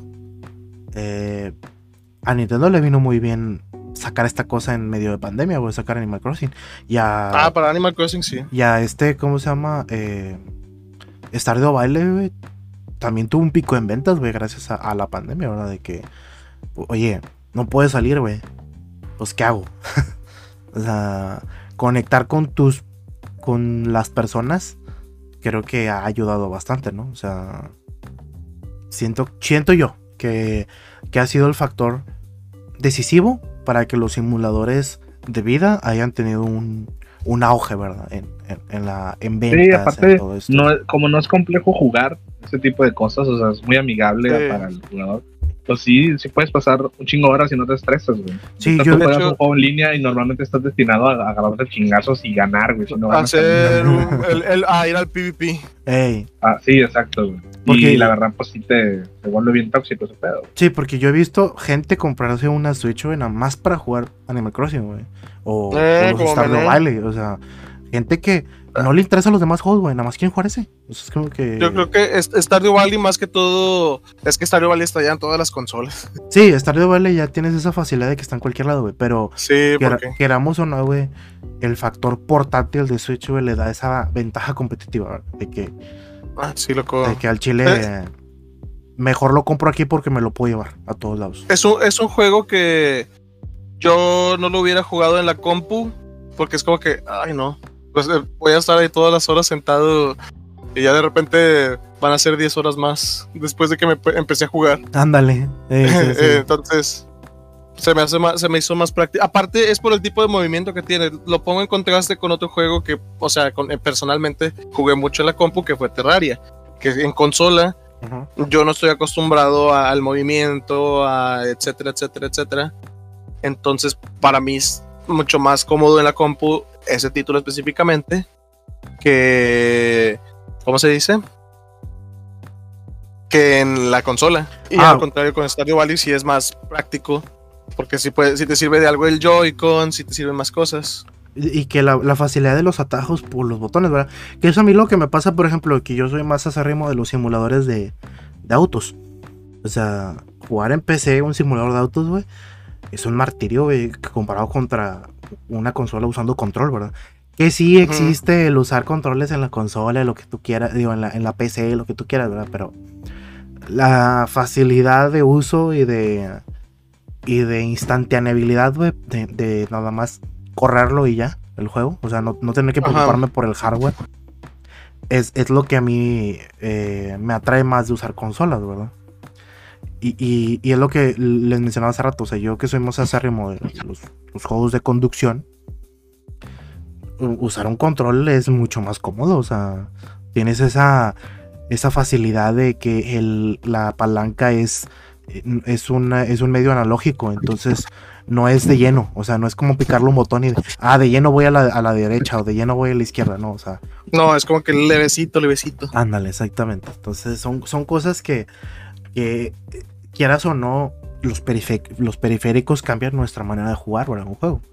a Nintendo le vino muy bien sacar esta cosa en medio de pandemia, güey, sacar Animal Crossing. Para Animal Crossing, sí. Ya ¿cómo se llama? Stardew Valley, güey, también tuvo un pico en ventas, güey, gracias a la pandemia, ¿verdad? De que, oye, no puedes salir, güey. Pues, ¿qué hago? O sea, conectar con las personas, creo que ha ayudado bastante, ¿no? O sea, siento yo que ha sido el factor decisivo para que los simuladores de vida hayan tenido un auge, ¿verdad? En ventas. Sí, aparte, en todo esto. Como no es complejo jugar ese tipo de cosas, o sea, es muy amigable para el jugador. Pues sí puedes pasar un chingo de horas y no te estresas, güey. Sí, yo juegas un juego en línea y normalmente estás destinado a agarrarte chingazos y ganar, güey. Si no ganas, ir al PvP. Ey. Sí, exacto, güey. Y la verdad, pues sí te vuelve bien tóxico ese pedo. Sí, porque yo he visto gente comprarse una Switch, güey, nada más para jugar Animal Crossing, güey. O los Stardew Valley, o sea, gente que no le interesan los demás juegos, güey, nada más quieren jugar ese. Es como que... Yo creo que Stardew Valley más que todo, es que Stardew Valley está ya en todas las consolas. Sí, Stardew Valley ya tienes esa facilidad de que está en cualquier lado, güey, pero sí, queramos o no, güey, el factor portátil de Switch, güey, le da esa ventaja competitiva, ¿verdad? De que... sí, loco. De que al chile mejor lo compro aquí porque me lo puedo llevar a todos lados. Es un juego que yo no lo hubiera jugado en la compu, porque es como que, ay no, pues voy a estar ahí todas las horas sentado y ya de repente van a ser 10 horas más después de que me empecé a jugar. Ándale. Sí. Entonces se me hizo más práctico. Aparte es por el tipo de movimiento que tiene. Lo pongo en contraste con otro juego que, o sea, personalmente jugué mucho en la compu, que fue Terraria, que en consola yo no estoy acostumbrado al movimiento, etcétera, etcétera, etcétera. Entonces para mí es mucho más cómodo en la compu ese título específicamente que, ¿cómo se dice? Que en la consola. Y al contrario, con Stardew Valley sí es más práctico, porque si te sirve de algo el Joy-Con, si te sirven más cosas. Y que la facilidad de los atajos por los botones, ¿verdad? Que eso a mí lo que me pasa, por ejemplo, que yo soy más acérrimo de los simuladores de autos. O sea, jugar en PC un simulador de autos, güey, es un martirio, güey, comparado contra una consola usando control, ¿verdad? Que sí existe el usar controles en la consola, lo que tú quieras, digo, en la PC, lo que tú quieras, ¿verdad? Pero la facilidad de uso y de instantaneabilidad, güey, de nada más correrlo y ya, el juego, o sea, no tener que preocuparme por el hardware, es lo que a mí me atrae más de usar consolas, ¿verdad? Y es lo que les mencionaba hace rato, o sea, yo que soy más acérrimo de los juegos de conducción, usar un control es mucho más cómodo, o sea, tienes esa esa facilidad de que la palanca es un medio analógico, entonces no es de lleno, o sea, no es como picarle un botón y de lleno voy a la derecha o de lleno voy a la izquierda, no, o sea. No, es como que levecito. Ándale, exactamente. Entonces son cosas que quieras o no, los periféricos cambian nuestra manera de jugar, ¿verdad? Un juego.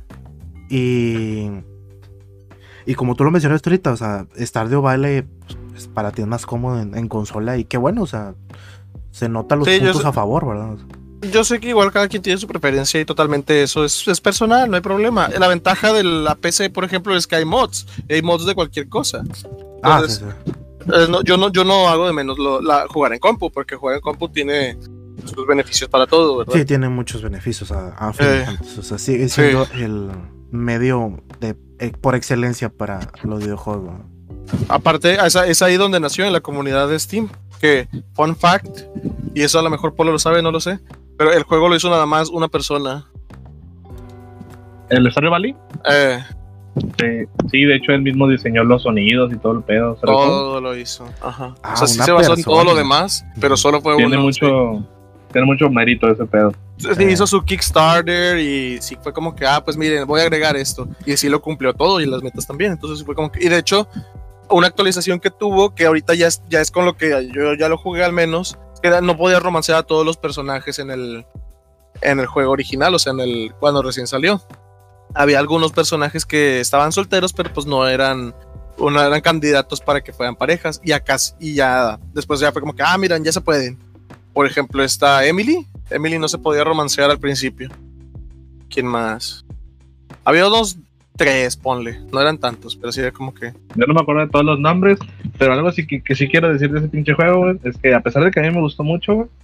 Y como tú lo mencionaste ahorita, o sea, Stardew Valley pues, para ti es más cómodo en consola y qué bueno, o sea, se notan los puntos a favor, ¿verdad? Yo sé que igual cada quien tiene su preferencia y totalmente eso es personal, no hay problema. La ventaja de la PC, por ejemplo, es que hay mods de cualquier cosa. Entonces, sí. Yo no hago de menos jugar en compu, porque jugar en compu tiene sus beneficios para todo, ¿verdad? Sí, tiene muchos beneficios a fin de cuentas. O sea, sigue siendo el medio por excelencia para los videojuegos, ¿no? Aparte, es ahí donde nació, en la comunidad de Steam. Que, fun fact, y eso a lo mejor Polo lo sabe, no lo sé, pero el juego lo hizo nada más una persona. ¿El Stardew Valley? Sí, de hecho él mismo diseñó los sonidos y todo el pedo. Todo lo hizo. Ajá. O sea, sí se basó en todo lo demás, pero solo fue tiene mucho mérito ese pedo. Sí, hizo su Kickstarter y sí fue como que, pues miren, voy a agregar esto. Y sí lo cumplió todo y las metas también. Entonces fue como que, y de hecho, una actualización que tuvo, que ahorita ya es con lo que yo ya lo jugué al menos, que no podía romancear a todos los personajes en el juego original, o sea, cuando recién salió. Había algunos personajes que estaban solteros, pero pues no eran candidatos para que fueran parejas. Y ya después ya fue como que, miran, ya se pueden. Por ejemplo, está Emily. Emily no se podía romancear al principio. ¿Quién más? Había 3, ponle. No eran tantos, pero sí era como que... Yo no me acuerdo de todos los nombres, pero algo sí que sí quiero decir de ese pinche juego, güey, es que a pesar de que a mí me gustó mucho, güey,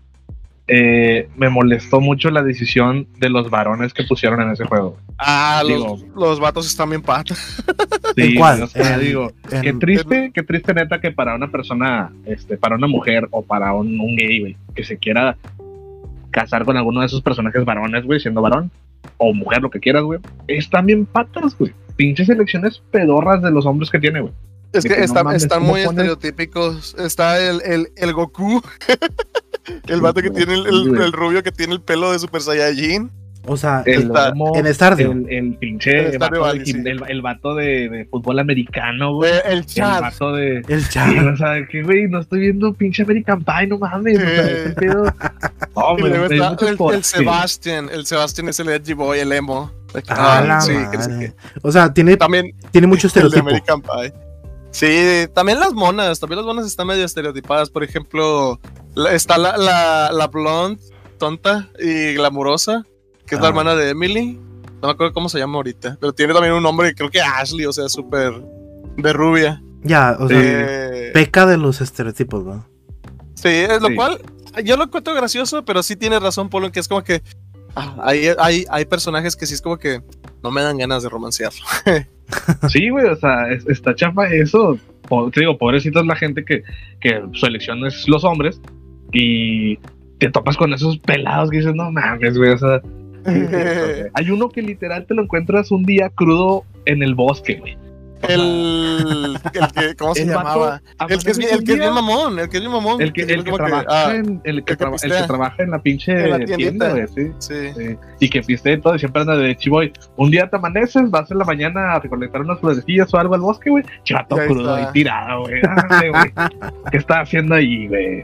me molestó mucho la decisión de los varones que pusieron en ese juego. Los vatos están bien patas. Sí, ¿cuál? O sea, qué triste neta que para una persona, para una mujer o para un gay, güey, que se quiera casar con alguno de esos personajes varones, güey, siendo varón o mujer, lo que quieras, güey, están bien patas, güey. Pinches elecciones pedorras de los hombres que tiene, güey. Es que están muy estereotípicos. Está el Goku, el vato que tiene el rubio que tiene el pelo de Super Saiyajin. O sea, en Stardew. El pinche el vato de fútbol americano, güey. El Chad. El vato de... El Chad. Sí, o sea, que güey, no estoy viendo pinche American Pie, no mames. O sea, ese pedo... y luego está el Sebastian. El Sebastian es el edgy boy, el emo. O sea, tiene mucho estereotipo. American Pie. Sí, también las monas están medio estereotipadas. Por ejemplo, está la blonde, tonta y glamurosa, que es la hermana de Emily. No me acuerdo cómo se llama ahorita, pero tiene también un nombre, creo que Ashley, o sea, súper de rubia. Ya, o sea, peca de los estereotipos, ¿no? Sí, lo cual yo lo encuentro gracioso, pero sí tiene razón, Polo, que es como que hay personajes que sí es como que no me dan ganas de romancearlo. Sí, güey, o sea, está chafa eso. Te digo, pobrecita es la gente que su elección es los hombres y te topas con esos pelados que dices, no mames, güey, o sea... Hay uno que literal te lo encuentras un día crudo en el bosque, güey. El que, ¿cómo se llamaba? El que es bien mamón. El que trabaja en la pinche tienda, güey, sí. Y que piste todo y siempre anda de chivoy. Un día te amaneces, vas en la mañana a recolectar unas florecillas o algo al bosque, güey. Chato crudo ahí tirado, güey. ¿Qué está haciendo ahí, güey?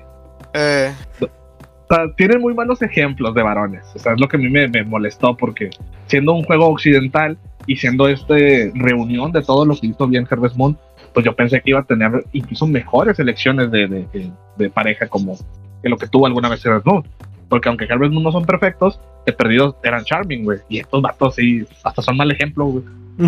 O sea, tienen muy malos ejemplos de varones. O sea, es lo que a mí me molestó, porque siendo un juego occidental y siendo reunión de todo lo que hizo bien Harvest Moon, pues yo pensé que iba a tener incluso mejores elecciones de pareja como que lo que tuvo alguna vez Harvest Moon. Porque aunque Harvest Moon no son perfectos, de perdidos eran charming, güey. Y estos vatos sí, hasta son mal ejemplo, güey.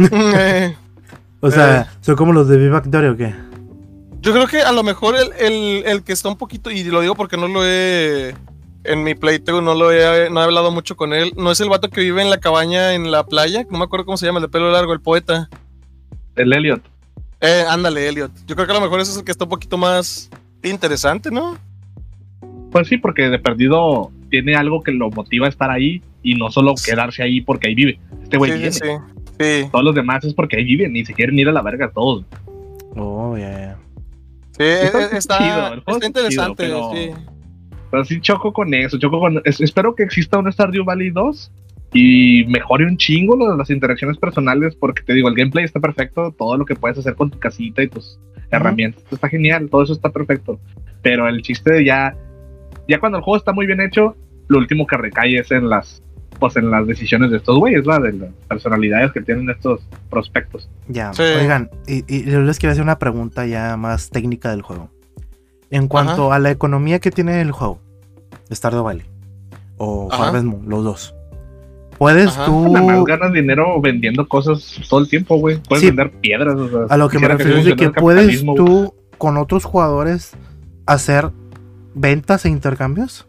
O sea, ¿son como los de Viva Victoria o qué? Yo creo que a lo mejor el que está un poquito, y lo digo porque no lo he... En mi playthrough no he hablado mucho con él. No es el vato que vive en la cabaña en la playa. No me acuerdo cómo se llama, el de pelo largo, el poeta. El Elliot. Ándale, Elliot. Yo creo que a lo mejor ese es el que está un poquito más interesante, ¿no? Pues sí, porque de perdido tiene algo que lo motiva a estar ahí y no solo quedarse ahí porque ahí vive. Este güey vive. Sí. Todos los demás es porque ahí viven y se quieren ir a la verga todos. Oh, yeah. Sí, está interesante, chido, sí. Pero sí choco con eso, espero que exista un Stardew Valley 2 y mejore un chingo las interacciones personales, porque te digo, el gameplay está perfecto, todo lo que puedes hacer con tu casita y tus herramientas está genial, todo eso está perfecto, pero el chiste de ya cuando el juego está muy bien hecho, lo último que recae es en las decisiones de estos güeyes, ¿va? De las personalidades que tienen estos prospectos. Ya, Sí. oigan, y yo les quiero hacer una pregunta ya más técnica del juego. En cuanto a la economía que tiene el juego, Stardew Valley o Harvest Moon, los dos, ¿puedes tú...? Nada más ganas dinero vendiendo cosas todo el tiempo, güey. Puedes vender piedras, o sea... A lo que me refiero es de que puedes tú, con otros jugadores, hacer ventas e intercambios.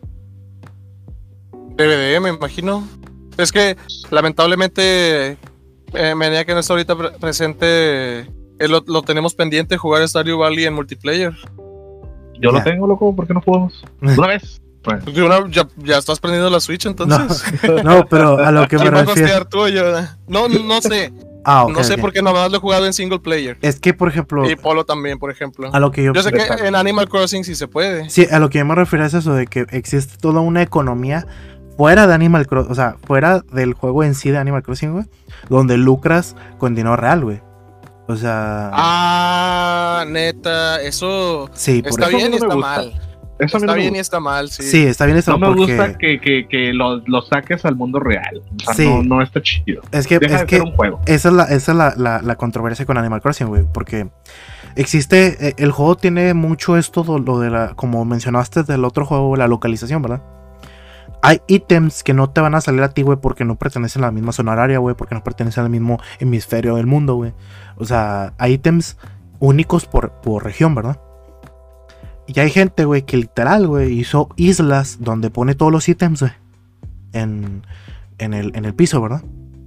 DVD, me imagino. Es que, lamentablemente, medida que no está ahorita presente, lo tenemos pendiente jugar Stardew Valley en multiplayer. Yo lo tengo, loco, ¿por qué no jugamos? Una vez. Bueno. Ya estás prendiendo la Switch, entonces. No, pero a lo que me refiero... No sé. No sé por qué nada más lo he jugado en single player. Es que, por ejemplo... Y Polo también, por ejemplo. A lo que yo sé que en Animal Crossing sí se puede. Sí, a lo que yo me refiero es eso, de que existe toda una economía fuera de Animal Crossing, o sea, fuera del juego en sí de Animal Crossing, güey, donde lucras con dinero real, güey. O sea... neta, eso... Sí, está bien y está mal. Eso está bien y está mal, sí. Sí, está bien y está mal. No me gusta que lo saques al mundo real. O sea, sí. no está chido. Es que, deja de ser un juego. Esa es la controversia con Animal Crossing, güey. Porque existe. El juego tiene mucho esto, lo de la. Como mencionaste del otro juego, la localización, ¿verdad? Hay ítems que no te van a salir a ti, güey, porque no pertenecen a la misma zona horaria, güey, porque no pertenecen al mismo hemisferio del mundo, güey. O sea, hay ítems únicos por región, ¿verdad? Y hay gente, güey, que literal, güey, hizo islas donde pone todos los ítems, güey, en el piso, ¿verdad?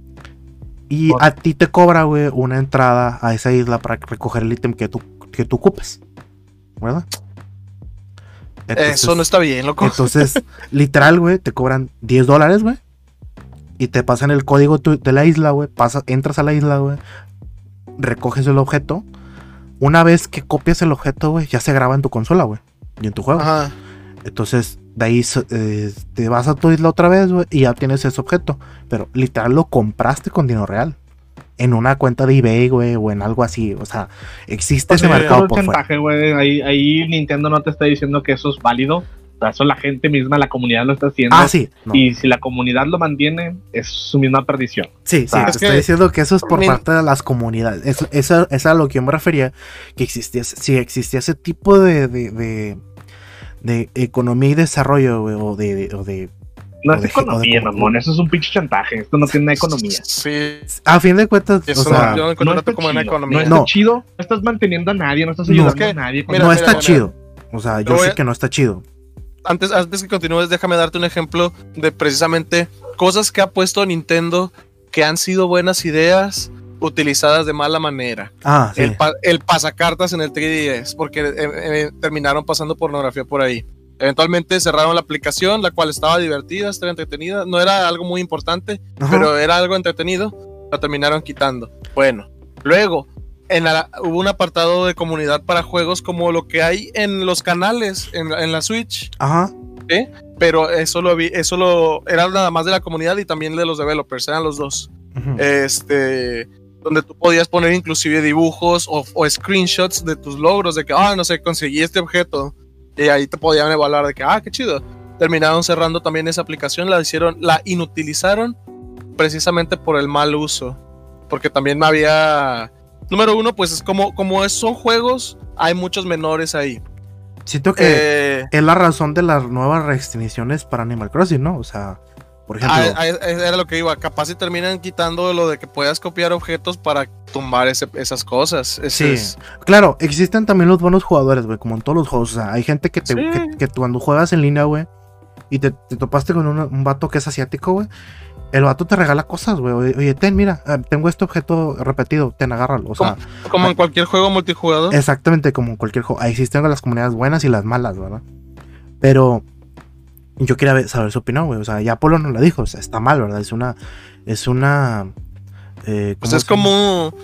Y a ti te cobra, güey, una entrada a esa isla para recoger el ítem que tú ocupes, ¿verdad? Entonces, eso no está bien, loco. Entonces, literal, güey, te cobran $10, güey, y te pasan el código de la isla, güey, entras a la isla, güey, recoges el objeto. Una vez que copias el objeto, güey, ya se graba en tu consola, güey, y en tu juego. Ajá. Entonces, de ahí te vas a tu isla otra vez, güey, y ya tienes ese objeto. Pero literal lo compraste con dinero real. En una cuenta de eBay, güey, o en algo así. O sea, existe ese mercado por fuera. Ahí Nintendo no te está diciendo que eso es válido. O sea, eso la gente misma, la comunidad lo está haciendo. Sí. No. Y si la comunidad lo mantiene, es su misma perdición. Sí, te estoy diciendo que eso es por parte de las comunidades. Eso es a lo que yo me refería. Que existía ese tipo de economía y desarrollo, güey, o de no es economía, mamón, eso es un pinche chantaje. Esto no tiene una economía. Sí. A fin de cuentas, eso o sea, yo no encuentro como una economía. No está chido, no estás manteniendo a nadie, no estás ayudando a nadie. No está chido. O sea, yo sé que no está chido. Antes que continúes, déjame darte un ejemplo de precisamente cosas que ha puesto Nintendo que han sido buenas ideas utilizadas de mala manera. Sí. El pasacartas en el 3DS, porque terminaron pasando pornografía por ahí. Eventualmente cerraron la aplicación, la cual estaba divertida, estaba entretenida. No era algo muy importante, pero era algo entretenido. La terminaron quitando. Bueno, luego hubo un apartado de comunidad para juegos como lo que hay en los canales en la Switch. Ajá. ¿Sí? Pero eso era nada más de la comunidad y también de los developers, eran los dos. Uh-huh. Donde tú podías poner inclusive dibujos o screenshots de tus logros, de que, no sé, conseguí este objeto. Y ahí te podían evaluar de que, qué chido. Terminaron cerrando también esa aplicación, la inutilizaron precisamente por el mal uso. Porque también había... Número uno, pues es son juegos, hay muchos menores ahí. Siento que es la razón de las nuevas restricciones para Animal Crossing, ¿no? O sea, por ejemplo... era lo que iba, capaz si terminan quitando lo de que puedas copiar objetos para tumbar esas cosas. Claro, existen también los buenos jugadores, güey, como en todos los juegos. O sea, hay gente que cuando juegas en línea, güey, y te topaste con un vato que es asiático, güey, el vato te regala cosas, güey. Oye, mira, tengo este objeto repetido, agárralo. O sea, como en cualquier juego multijugador. Exactamente, como en cualquier juego. Ahí existen las comunidades buenas y las malas, ¿verdad? Pero yo quería saber su opinión, güey. O sea, ya Polo nos lo dijo, o sea, está mal, ¿verdad? Es una pues es como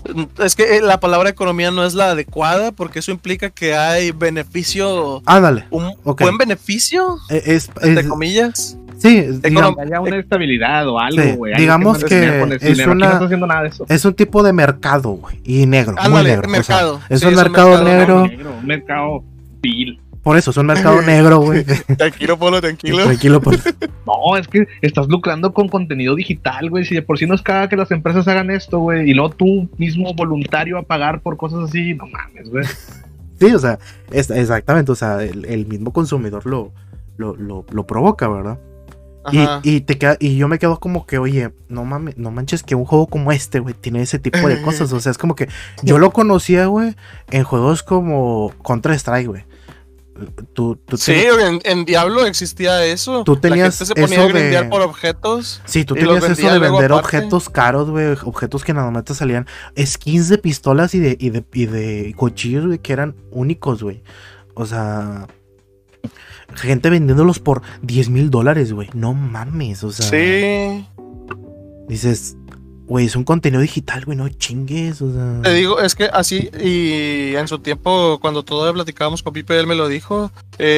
Es que la palabra economía no es la adecuada porque eso implica que hay beneficio, Ándale. un Ok. buen beneficio, entre comillas. Sí, Econom- Haya una estabilidad o algo, Sí, güey. digamos que es Aquí no una- está haciendo nada de eso. es un tipo de mercado, güey, y negro, muy Ándale, negro. mercado. O sea, es Sí, un es un mercado mercado negro, Un mercado vil. por eso, es un mercado negro, güey. Tranquilo, Polo, tranquilo. Tranquilo, pues. No, es que estás lucrando con contenido digital, güey. Si de por sí nos caga que las empresas hagan esto, güey. Y luego tú mismo voluntario a pagar por cosas así, no mames, güey. Sí, o sea, exactamente, o sea, el mismo consumidor lo provoca, ¿verdad? Ajá. Y yo me quedo como que, oye, no mames, no manches que un juego como este, güey, tiene ese tipo de cosas. O sea, es como que yo lo conocía, güey, en juegos como Counter-Strike, güey. Sí, en Diablo existía eso. Tú tenías la gente se ponía eso a grindear de- por objetos. Sí, tú y los tenías eso vendía de luego vender aparte. objetos caros, güey, objetos que nada más te salían skins de pistolas y de cuchillos, güey, que eran únicos, güey. O sea, gente vendiéndolos por $10,000, güey. No mames, o sea. Sí. Dices, güey, es un contenido digital, güey, no chingues, o sea. Te digo, es que así, y en su tiempo, cuando todavía platicábamos con Pipe, él me lo dijo.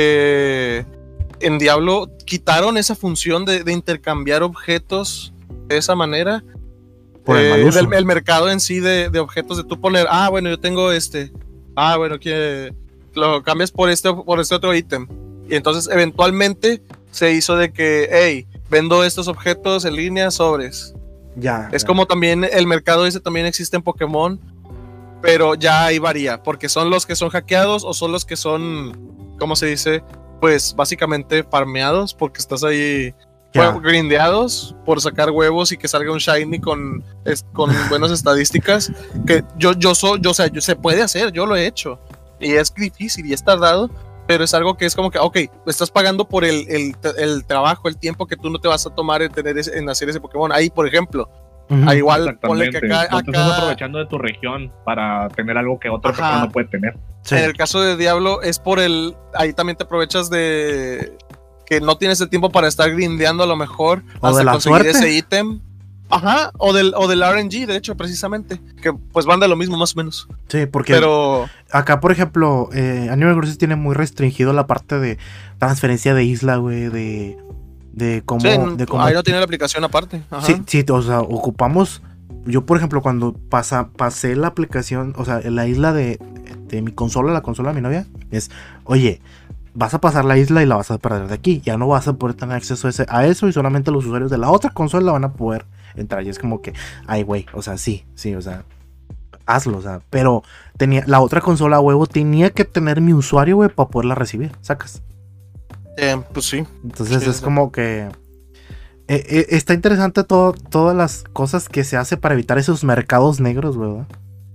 En Diablo quitaron esa función de intercambiar objetos de esa manera. Por el mal uso. El mercado en sí de objetos, de tú poner, bueno, yo tengo este. Bueno, que lo cambias por este otro ítem. Y entonces, eventualmente, se hizo de que, hey, vendo estos objetos en línea, sobres. Ya. Es como también el mercado ese también existe en Pokémon, pero ya ahí varía, porque son los que son hackeados o son los que son, ¿cómo se dice? Pues básicamente farmeados, porque estás ahí grindeados por sacar huevos y que salga un shiny con buenas estadísticas. Que se puede hacer, yo lo he hecho. Y es difícil y es tardado, pero es algo que es como que, ok, estás pagando por el trabajo, el tiempo que tú no te vas a tomar en hacer ese Pokémon. Ahí, por ejemplo, Ujú. igual ponle que Exactamente. acá No te estás aprovechando de tu región para tener algo que otra Ajá. persona no puede tener. Sí. En el caso de Diablo es ahí también te aprovechas de que no tienes el tiempo para estar grindeando a lo mejor O hasta de la conseguir suerte. ese ítem. Ajá, o del RNG, de hecho, precisamente, que pues van de lo mismo más o menos. Sí, porque Pero acá, por ejemplo, Animal Crossing tiene muy restringido la parte de transferencia de isla, güey, de cómo... sí, de cómo ahí no tiene la aplicación aparte. Ajá. Sí, o sea, ocupamos... Yo, por ejemplo, cuando pasé la aplicación, o sea, la isla de mi consola, la consola de mi novia, es, oye, vas a pasar la isla y la vas a perder de aquí. Ya no vas a poder tener acceso a eso y solamente los usuarios de la otra consola van a poder entrar. Y es como que, ay, güey, o sea, sí, o sea, hazlo, o sea. Pero la otra consola, huevo, tenía que tener mi usuario, güey, para poderla recibir, sacas. Pues sí. Entonces Sí, es sí. como que está interesante todas las cosas que se hace para evitar esos mercados negros, ¿verdad?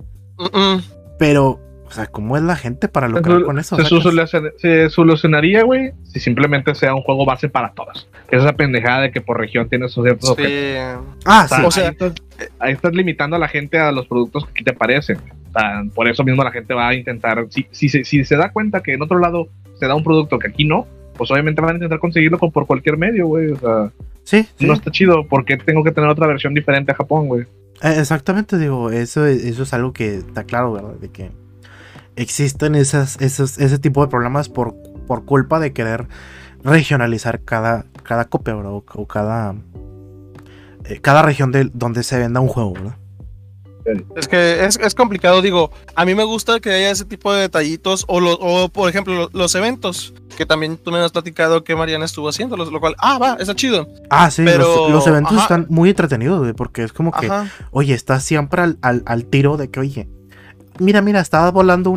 Pero, o sea, ¿cómo es la gente para lucrar con eso? Se solucionaría, güey, si simplemente sea un juego base para todos. Esa pendejada de que por región tienes ciertos objetos. Sí. Ah, O sea, sí. O sea, ahí estás limitando a la gente a los productos que aquí te parecen. O sea, por eso mismo la gente va a intentar, si se da cuenta que en otro lado se da un producto que aquí no, pues obviamente van a intentar conseguirlo por cualquier medio, güey. O sea, Sí. no está chido. ¿Por qué tengo que tener otra versión diferente a Japón, güey? Exactamente, digo, eso es algo que está claro, ¿verdad? De que existen ese tipo de problemas por culpa de querer regionalizar cada copia, ¿verdad? O cada región donde se venda un juego, ¿verdad? es que es complicado, digo, a mí me gusta que haya ese tipo de detallitos o por ejemplo, los eventos, que también tú me has platicado que Mariana estuvo haciendo, lo cual, está chido. Ah, sí, Pero, los eventos ajá. están muy entretenidos, güey, porque es como que, Ajá. oye, estás siempre al tiro de que, oye, mira, estaba volando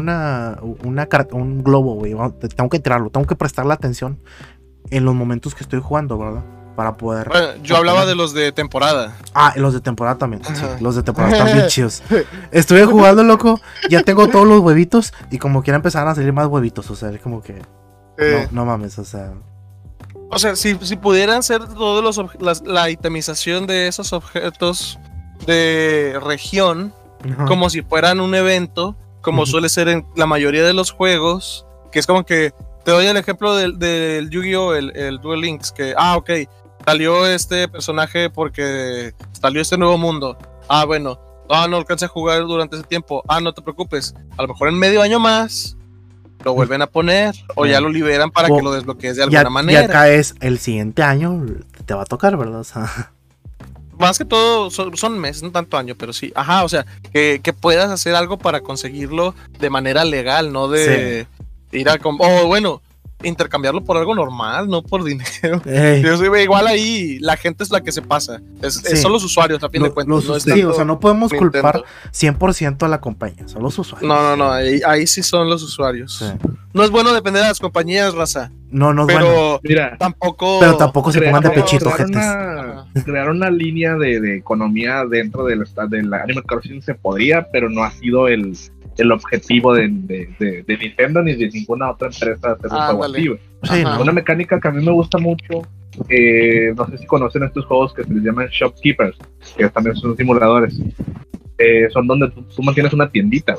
un globo, güey, tengo que tirarlo, tengo que prestarle atención en los momentos que estoy jugando, ¿verdad? Para poder... Bueno, yo hablaba de los de temporada. Los de temporada también, sí, Ajá. los de temporada están bien chidos. Estuve jugando, loco, ya tengo todos los huevitos y como quiera empezaron a salir más huevitos, o sea, es como que... No mames, o sea... O sea, si pudieran ser todos la itemización de esos objetos de región, Ajá. como si fueran un evento, como Ujú. suele ser en la mayoría de los juegos, que es como que te doy el ejemplo del Yu-Gi-Oh, el Duel Links, que, ok, salió este personaje porque salió este nuevo mundo. Bueno, no alcancé a jugar durante ese tiempo. No te preocupes. A lo mejor en medio año más lo vuelven a poner o ya lo liberan para que lo desbloquees de alguna manera. Y acá es el siguiente año te va a tocar, ¿verdad? O sea, más que todo son meses, no tanto año, pero sí. Ajá, o sea, que puedas hacer algo para conseguirlo de manera legal, no de ir a... bueno, intercambiarlo por algo normal, no por dinero. Yo soy igual ahí, la gente es la que se pasa. Son los usuarios, a fin de cuentas. O sea, no podemos culpar 100% a la compañía, son los usuarios. No, ahí sí son los usuarios. Sí. No es bueno depender de las compañías, raza. No es pero bueno. Mira, tampoco se pongan de pechito, gente. Crear una línea de economía dentro del Animal Crossing se podría, pero no ha sido el objetivo de Nintendo ni de ninguna otra empresa hacer un juego así. Sí, una mecánica que a mí me gusta mucho, no sé si conocen estos juegos que se les llaman Shopkeepers, que también son simuladores, son donde tú mantienes una tiendita.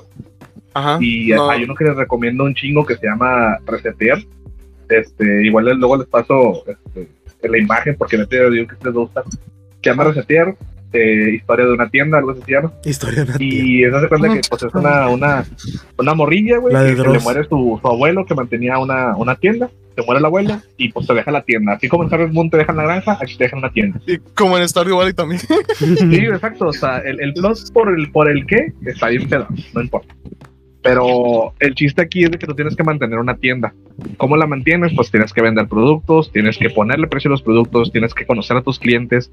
Y hay uno que les recomiendo un chingo que se llama Resetear. Igual luego les paso la imagen porque no te digo que les gusta. Se llama Resetear, historia de una tienda, algo así se llama. Historia de una tienda. Y eso se cuenta que pues, es una morrilla, güey, que se le muere su abuelo que mantenía una tienda, se muere el abuelo y pues te deja la tienda. Así como en Harvest Moon te dejan la granja, aquí te dejan una tienda. Y como en Stardew Valley también. Sí, exacto, o sea, el plus por el qué está bien pedo, no importa. Pero el chiste aquí es de que tú tienes que mantener una tienda. ¿Cómo la mantienes? Pues tienes que vender productos, tienes que ponerle precio a los productos, tienes que conocer a tus clientes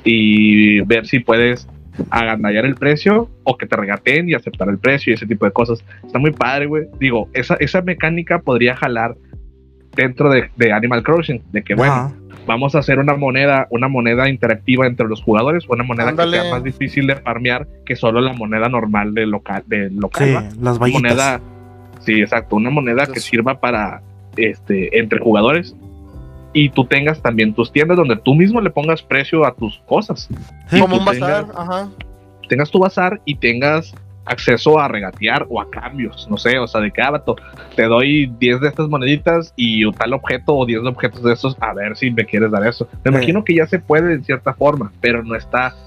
y ver si puedes agandallar el precio o que te regateen y aceptar el precio y ese tipo de cosas. Está muy padre, güey. Digo, esa mecánica podría jalar dentro de Animal Crossing, de que bueno, vamos a hacer una moneda interactiva entre los jugadores, una moneda que sea más difícil de farmear que solo la moneda normal de local, sí, las vallitas. Sí, exacto, una moneda que sirva para entre jugadores y tú tengas también tus tiendas donde tú mismo le pongas precio a tus cosas. Sí, como un bazar, tengas tu bazar y tengas acceso a regatear o a cambios, no sé, o sea, de que vato, te doy 10 de estas moneditas y tal objeto o 10 objetos de estos, a ver si me quieres dar eso. Me imagino que ya se puede en cierta forma, pero no está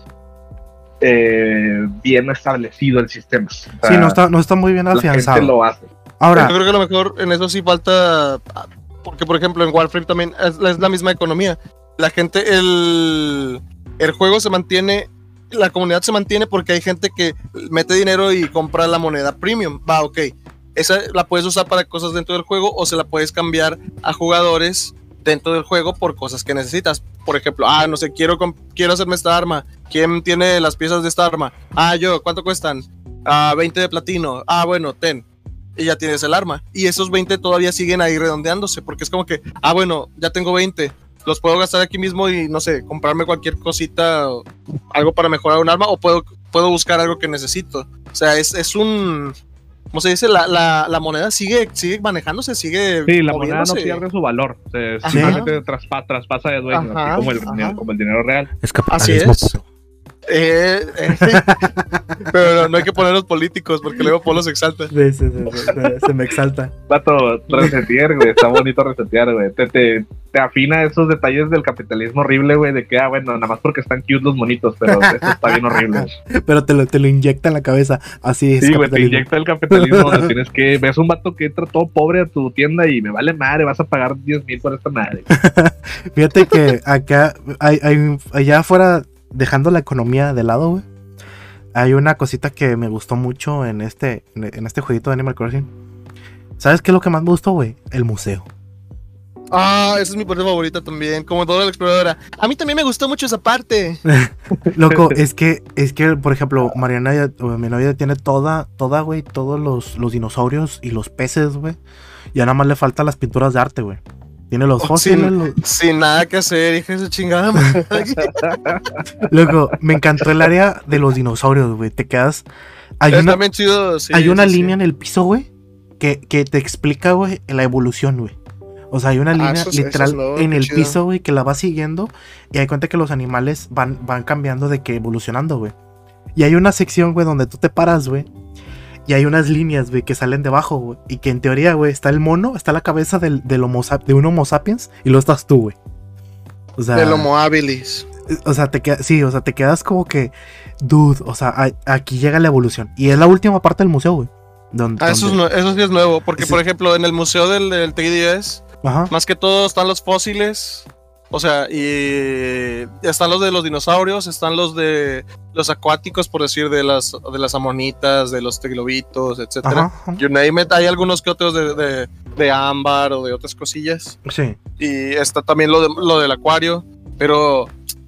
bien establecido el sistema. O sea, sí, no está muy bien afianzado. La gente lo hace. Ahora, yo creo que a lo mejor en eso sí falta, porque por ejemplo en Warframe también es la misma economía. La gente, el juego se mantiene, la comunidad se mantiene porque hay gente que mete dinero y compra la moneda premium. Ok, esa la puedes usar para cosas dentro del juego o se la puedes cambiar a jugadores dentro del juego por cosas que necesitas. Por ejemplo, no sé, quiero hacerme esta arma. ¿Quién tiene las piezas de esta arma? Yo, ¿cuánto cuestan? 20 de platino. Bueno, ten. Y ya tienes el arma. Y esos 20 todavía siguen ahí redondeándose porque es como que, bueno, ya tengo 20. Los puedo gastar aquí mismo y, no sé, comprarme cualquier cosita, algo para mejorar un arma, o puedo buscar algo que necesito. O sea, es un... ¿Cómo se dice? La moneda sigue manejándose, sigue... Sí, la moneda no pierde su valor. Simplemente traspasa de dueño, así como el dinero real. Es capitalismo. Así es. Pero no hay que poner los políticos porque luego Polo se exalta. Se me exalta. Pato, resetear, güey, está bonito resetear, güey. Te afina esos detalles del capitalismo horrible, güey, de que, bueno, nada más porque están cute los monitos, pero eso está bien horrible. Pero te lo inyecta en la cabeza, así es. Sí, güey, te inyecta el capitalismo, tienes que, ves un vato que entra todo pobre a tu tienda y me vale madre, vas a pagar 10,000 por esta madre. Fíjate que acá, allá afuera, dejando la economía de lado, güey, hay una cosita que me gustó mucho en este jueguito de Animal Crossing. ¿Sabes qué es lo que más me gustó, güey? El museo. Esa es mi parte favorita también, como toda la exploradora. A mí también me gustó mucho esa parte. Loco, es que, por ejemplo, Mariana, mi novia, tiene toda, güey, todos los dinosaurios y los peces, güey. Ya nada más le faltan las pinturas de arte, güey. Tiene los fósiles. Sin nada que hacer, hija de su chingada. Loco, me encantó el área de los dinosaurios, güey. Te quedas... Hay una línea en el piso, güey, que te explica, güey, la evolución, güey. O sea, hay una línea literal en el piso, güey, que la va siguiendo y hay cuenta que los animales van cambiando de que evolucionando, güey. Y hay una sección, güey, donde tú te paras, güey, y hay unas líneas, güey, que salen debajo, güey, y que en teoría, güey, está el mono, está la cabeza de un Homo sapiens y luego estás tú, güey. O sea, del Homo habilis. O sea, te quedas como que, dude, o sea, aquí llega la evolución. Y es la última parte del museo, güey. Eso sí es nuevo, porque Sí. por ejemplo, en el museo del 3DS, Ajá. más que todo están los fósiles, o sea, y están los de los dinosaurios, están los de los acuáticos, por decir, de las amonitas, de los trilobitos, etcétera. Ajá. You name it. Hay algunos que otros de ámbar o de otras cosillas. Sí. Y está también lo del acuario, pero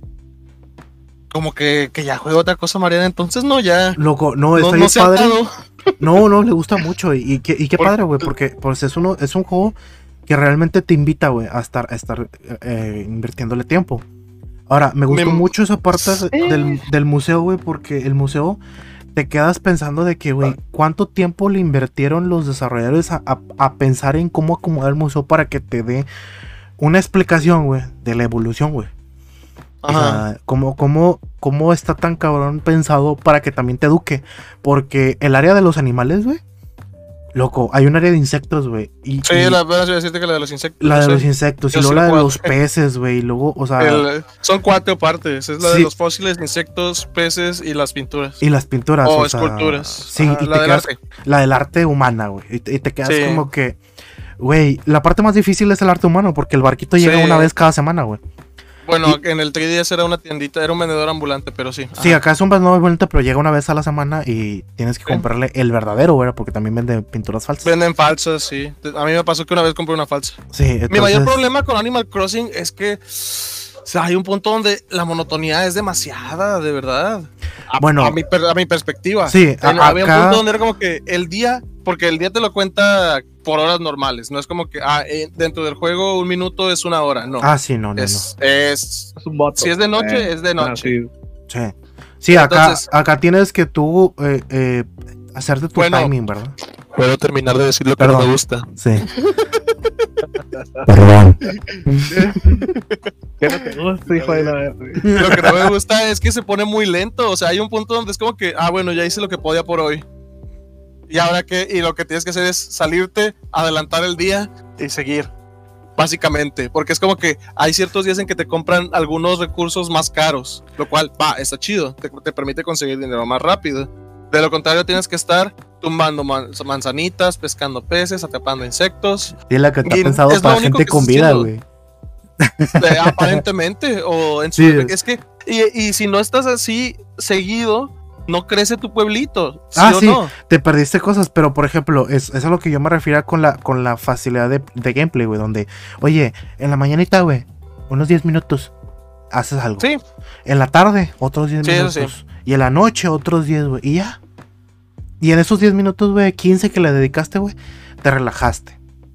como que ya juega otra cosa, Mariana, entonces no, ya Loco, no, está no bien se padre. atado. No, le gusta mucho. Y qué Por- padre, güey, porque pues es un juego que realmente te invita, güey, a estar invirtiéndole tiempo. Ahora, me gustó mucho esa parte del museo, güey, porque el museo te quedas pensando de que, güey, ¿cuánto tiempo le invirtieron los desarrolladores a pensar en cómo acomodar el museo para que te dé una explicación, güey, de la evolución, güey? O Ajá. sea, ¿cómo está tan cabrón pensado para que también te eduque? Porque el área de los animales, güey, loco, hay un área de insectos, güey. Sí, y la verdad, voy a decirte que la de los insectos. la no de sé. los insectos, Yo y luego sí la de lo los peces, güey. Y luego, o sea, Son 4 partes. Es la de Sí. los fósiles, insectos, peces y las pinturas. y las pinturas, o o sea, esculturas. sí, Ajá, y la te del quedas, arte. la del arte humana, güey. Y te quedas Sí. como que, güey, la parte más difícil es el arte humano, porque el barquito llega Sí. una vez cada semana, güey. Bueno, en el 3DS era una tiendita, era un vendedor ambulante, pero sí. Sí, Ajá. acá es un no bonito, pero llega una vez a la semana y tienes que Sí. comprarle el verdadero, güey, porque también vende pinturas falsas. Venden falsas, sí. A mí me pasó que una vez compré una falsa. Sí, Mi mayor entonces, problema con Animal Crossing es que, o sea, hay un punto donde la monotonía es demasiada, de verdad. Bueno. A mi perspectiva. Sí, Había un acá- punto donde era como que el día, porque el día te lo cuenta por horas normales, no es como que dentro del juego un minuto es una hora, no. sí, no. es Es un voto. Si es de noche, es de noche. Sí. Sí, sí, Entonces- acá tienes que tú hacerte tu Bueno. timing, ¿verdad? Puedo terminar de decir lo que no me gusta. Sí. Perdón. ¿Qué no te gusta, hijo de la verga? Lo que no me gusta es que se pone muy lento. O sea, hay un punto donde es como que, bueno, ya hice lo que podía por hoy. Y ahora qué, y lo que tienes que hacer es salirte, adelantar el día y seguir. Básicamente, porque es como que hay ciertos días en que te compran algunos recursos más caros, lo cual, está chido, te permite conseguir dinero más rápido. De lo contrario, tienes que estar tumbando manzanitas, pescando peces, atrapando insectos. Y es la que está Y pensado es lo para único gente que con estás vida, haciendo. güey. Aparentemente, o en su Sí. es que, y si no estás así seguido, no crece tu pueblito, ¿sí o Sí, no? te perdiste cosas, pero por ejemplo, es a lo que yo me refiero con la facilidad de gameplay, güey, donde, oye, en la mañanita, güey, unos 10 minutos, haces algo. Sí, En la tarde, otros 10 Sí, eso minutos. Y en la noche, otros 10, güey, y ya. Y en esos 10 minutos, güey, 15 que le dedicaste, güey, te relajaste.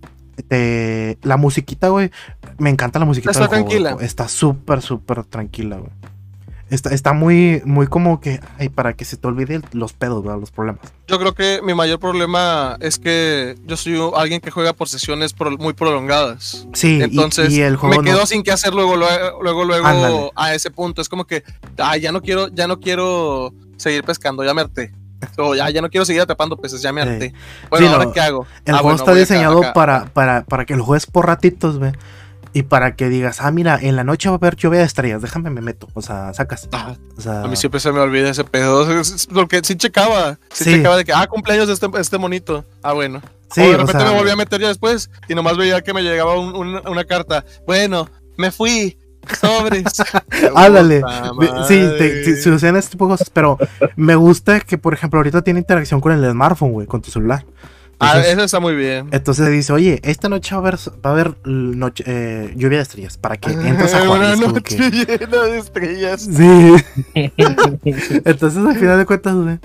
La musiquita, güey, me encanta la musiquita Está del juego, tranquila. loco. Está súper, súper tranquila, güey. Está muy, muy como que, para que se te olvide los pedos, ¿verdad? Los problemas. yo creo que mi mayor problema es que yo soy alguien que juega por sesiones muy prolongadas. Sí, Entonces y el juego me quedo no- sin qué hacer luego Ándale. a ese punto. Es como que, ya no quiero seguir pescando, ya me harté. O ya no quiero seguir atrapando peces, ya me Sí. harté. Bueno, Sí, ¿ahora no, qué hago? El juego bueno, está voy diseñado acá. para que lo juegues por ratitos, güey. Y para que digas, mira, en la noche va a haber lluvia de estrellas, déjame me meto. O sea, sacas. O sea, A mí siempre se me olvida ese pedo. Porque sí checaba. Sí, Sí. checaba de que, cumpleaños de este monito. Bueno. sí, O de o repente sea, me volví a meter ya después y nomás veía que me llegaba una carta. Bueno, me fui. Sobres. ándale. Puta Sí, madre. se usan este tipo de cosas, pero me gusta que, por ejemplo, ahorita tiene interacción con el smartphone, güey, con tu celular. Entonces, Eso está muy bien. entonces dice, oye, esta noche va a haber lluvia de estrellas, para que entres a jugar. Y Una es como noche que- llena de estrellas. Sí. Entonces, al final de cuentas, güey,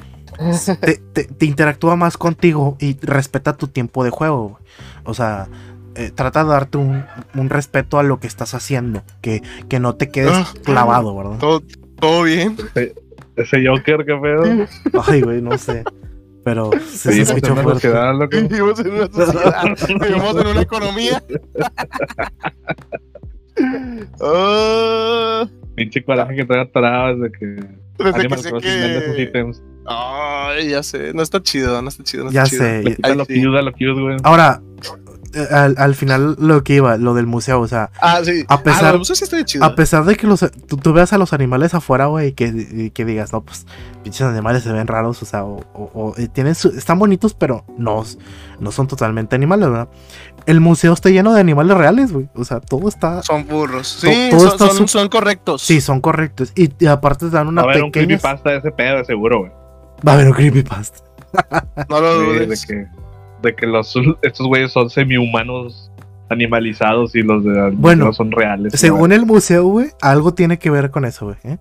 te interactúa más contigo y respeta tu tiempo de juego, güey. O sea, trata de darte un respeto a lo que estás haciendo, que no te quedes clavado, ¿verdad? Todo bien. Ese Joker, qué pedo. Ay, güey, no sé. Pero se Vivimos escuchó en una fuerte. sociedad, loco. Vivimos en una sociedad. Vivimos en una economía. Pinche coraje que traiga atorado desde que Desde que Animal sé Crossing vende sus que. ítems. Ay, ya sé. No está chido, no está chido. Ya está chido. sé. Le quita Ay, lo sí. cute a lo cute, güey. Ahora, al final lo que iba, lo del museo, o sea, Sí. a pesar, No sé si está chido. a pesar de que tú veas a los animales afuera, güey, y que digas, no, pues, pinches animales se ven raros, o sea, están bonitos, pero no son totalmente animales, ¿verdad? El museo está lleno de animales reales, güey, o sea, todo está... Son burros. Sí, son correctos. Sí, son correctos, y aparte te dan una Va a haber un pequeña... creepypasta de ese pedo, de seguro, güey. Va a haber un creepypasta. No lo Sí, dudes. de que estos güeyes son semi-humanos animalizados y los de Bueno, no son reales. Según el museo, güey, algo tiene que ver con eso, güey, ¿eh?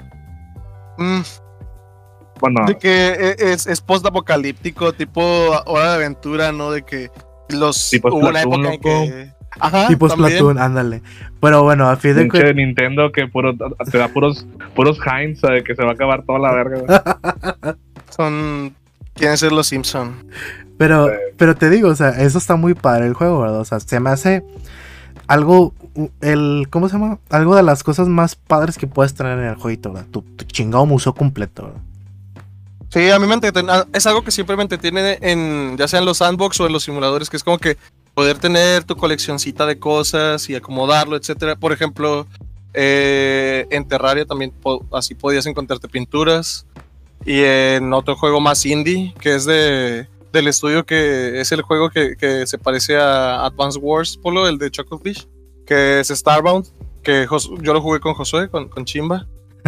Bueno, De que es post-apocalíptico, tipo Hora de Aventura, ¿no? De que Tipo hubo una Splatoon, época en loco. que... Ajá, Tipo también. Splatoon, ándale. Pero bueno, a fin de pinche cuentas... Nintendo que te da puros Heinz, ¿sabes? Que se va a acabar toda la verga, güey. Quieren ser los Simpson. Pero te digo, o sea, eso está muy padre el juego, ¿verdad? O sea, se me hace algo, ¿cómo se llama? Algo de las cosas más padres que puedes tener en el jueguito, ¿verdad? Tu chingado museo completo, ¿verdad? Sí, a mí me entretiene. Es algo que siempre me entretiene ya sea en los sandbox o en los simuladores, que es como que poder tener tu coleccioncita de cosas y acomodarlo, etcétera. Por ejemplo, en Terraria también así podías encontrarte pinturas. Y en otro juego más indie, que es del estudio que es el juego que se parece a Advance Wars, Polo, el de Chucklefish, que es Starbound, que yo lo jugué con Josué, con Chimba.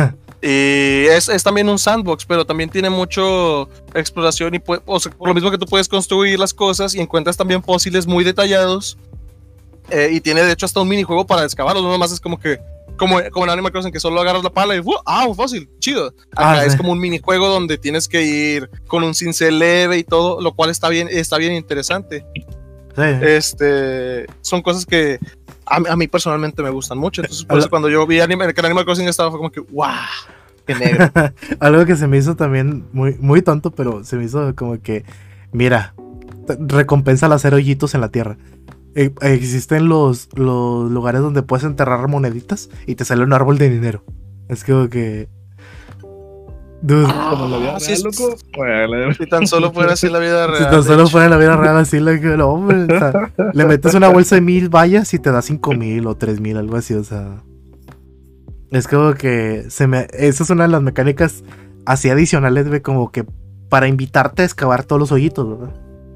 Y es también un sandbox, pero también tiene mucho exploración y por lo mismo que tú puedes construir las cosas y encuentras también fósiles muy detallados. Y tiene de hecho hasta un minijuego para excavarlos, no nomás es como en Animal Crossing que solo agarras la pala y un fósil, chido. Acá es como un minijuego donde tienes que ir con un cincel leve y todo, lo cual está bien interesante. Sí. Son cosas que a mí personalmente me gustan mucho. Entonces, por eso cuando yo vi que Animal Crossing estaba, fue como que, ¡wow! ¡Qué negro! Algo que se me hizo también muy, muy tonto, pero se me hizo como que, mira, recompensa al hacer hoyitos en la tierra. Existen los lugares donde puedes enterrar moneditas y te sale un árbol de dinero. Es como que... Dude, Como la vida real, loco. Bueno, Si tan solo fuera así la vida real. si tan solo fuera en la vida real así, no, hombre, o sea, le metes una bolsa de 1000 vallas y te da 5000 o 3000, algo así, o sea. Es como que esa es una de las mecánicas así adicionales, güey, como que para invitarte a excavar todos los hoyitos, ¿verdad?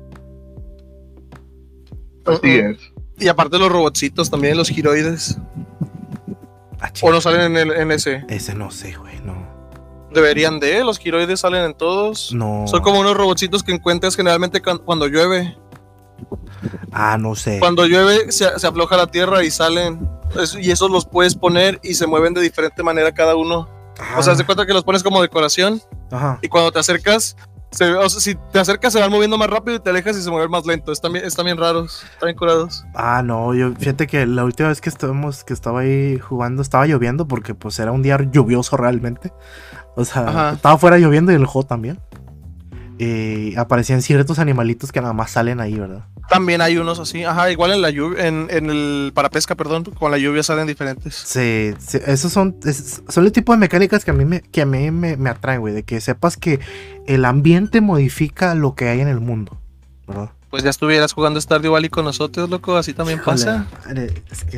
así es. Y aparte los robotcitos también, los giroides. ¿O no salen en ese? Ese no sé, güey, no. Deberían los giroides salen en todos. No. Son como unos robotcitos que encuentras generalmente cuando llueve. No sé. Cuando llueve se afloja la tierra y salen. Y esos los puedes poner y se mueven de diferente manera cada uno. O sea, haz de cuenta que los pones como decoración. Ajá. Y cuando te acercas, si te acercas se van moviendo más rápido y te alejas y se mueven más lento. Están bien raros, están bien curados. No, fíjate que la última vez que estaba ahí jugando estaba lloviendo porque pues era un día lluvioso realmente. O sea, Ajá. Estaba fuera lloviendo y el juego también. Y aparecían ciertos animalitos que nada más salen ahí, ¿verdad? También hay unos así, igual en la lluvia, en el para pesca, perdón, con la lluvia salen diferentes. Sí, esos son el tipo de mecánicas que a mí me atraen, güey, de que sepas que el ambiente modifica lo que hay en el mundo, ¿verdad? Pues ya estuvieras jugando Stardew Valley con nosotros, loco, así también pasa. Madre, es que...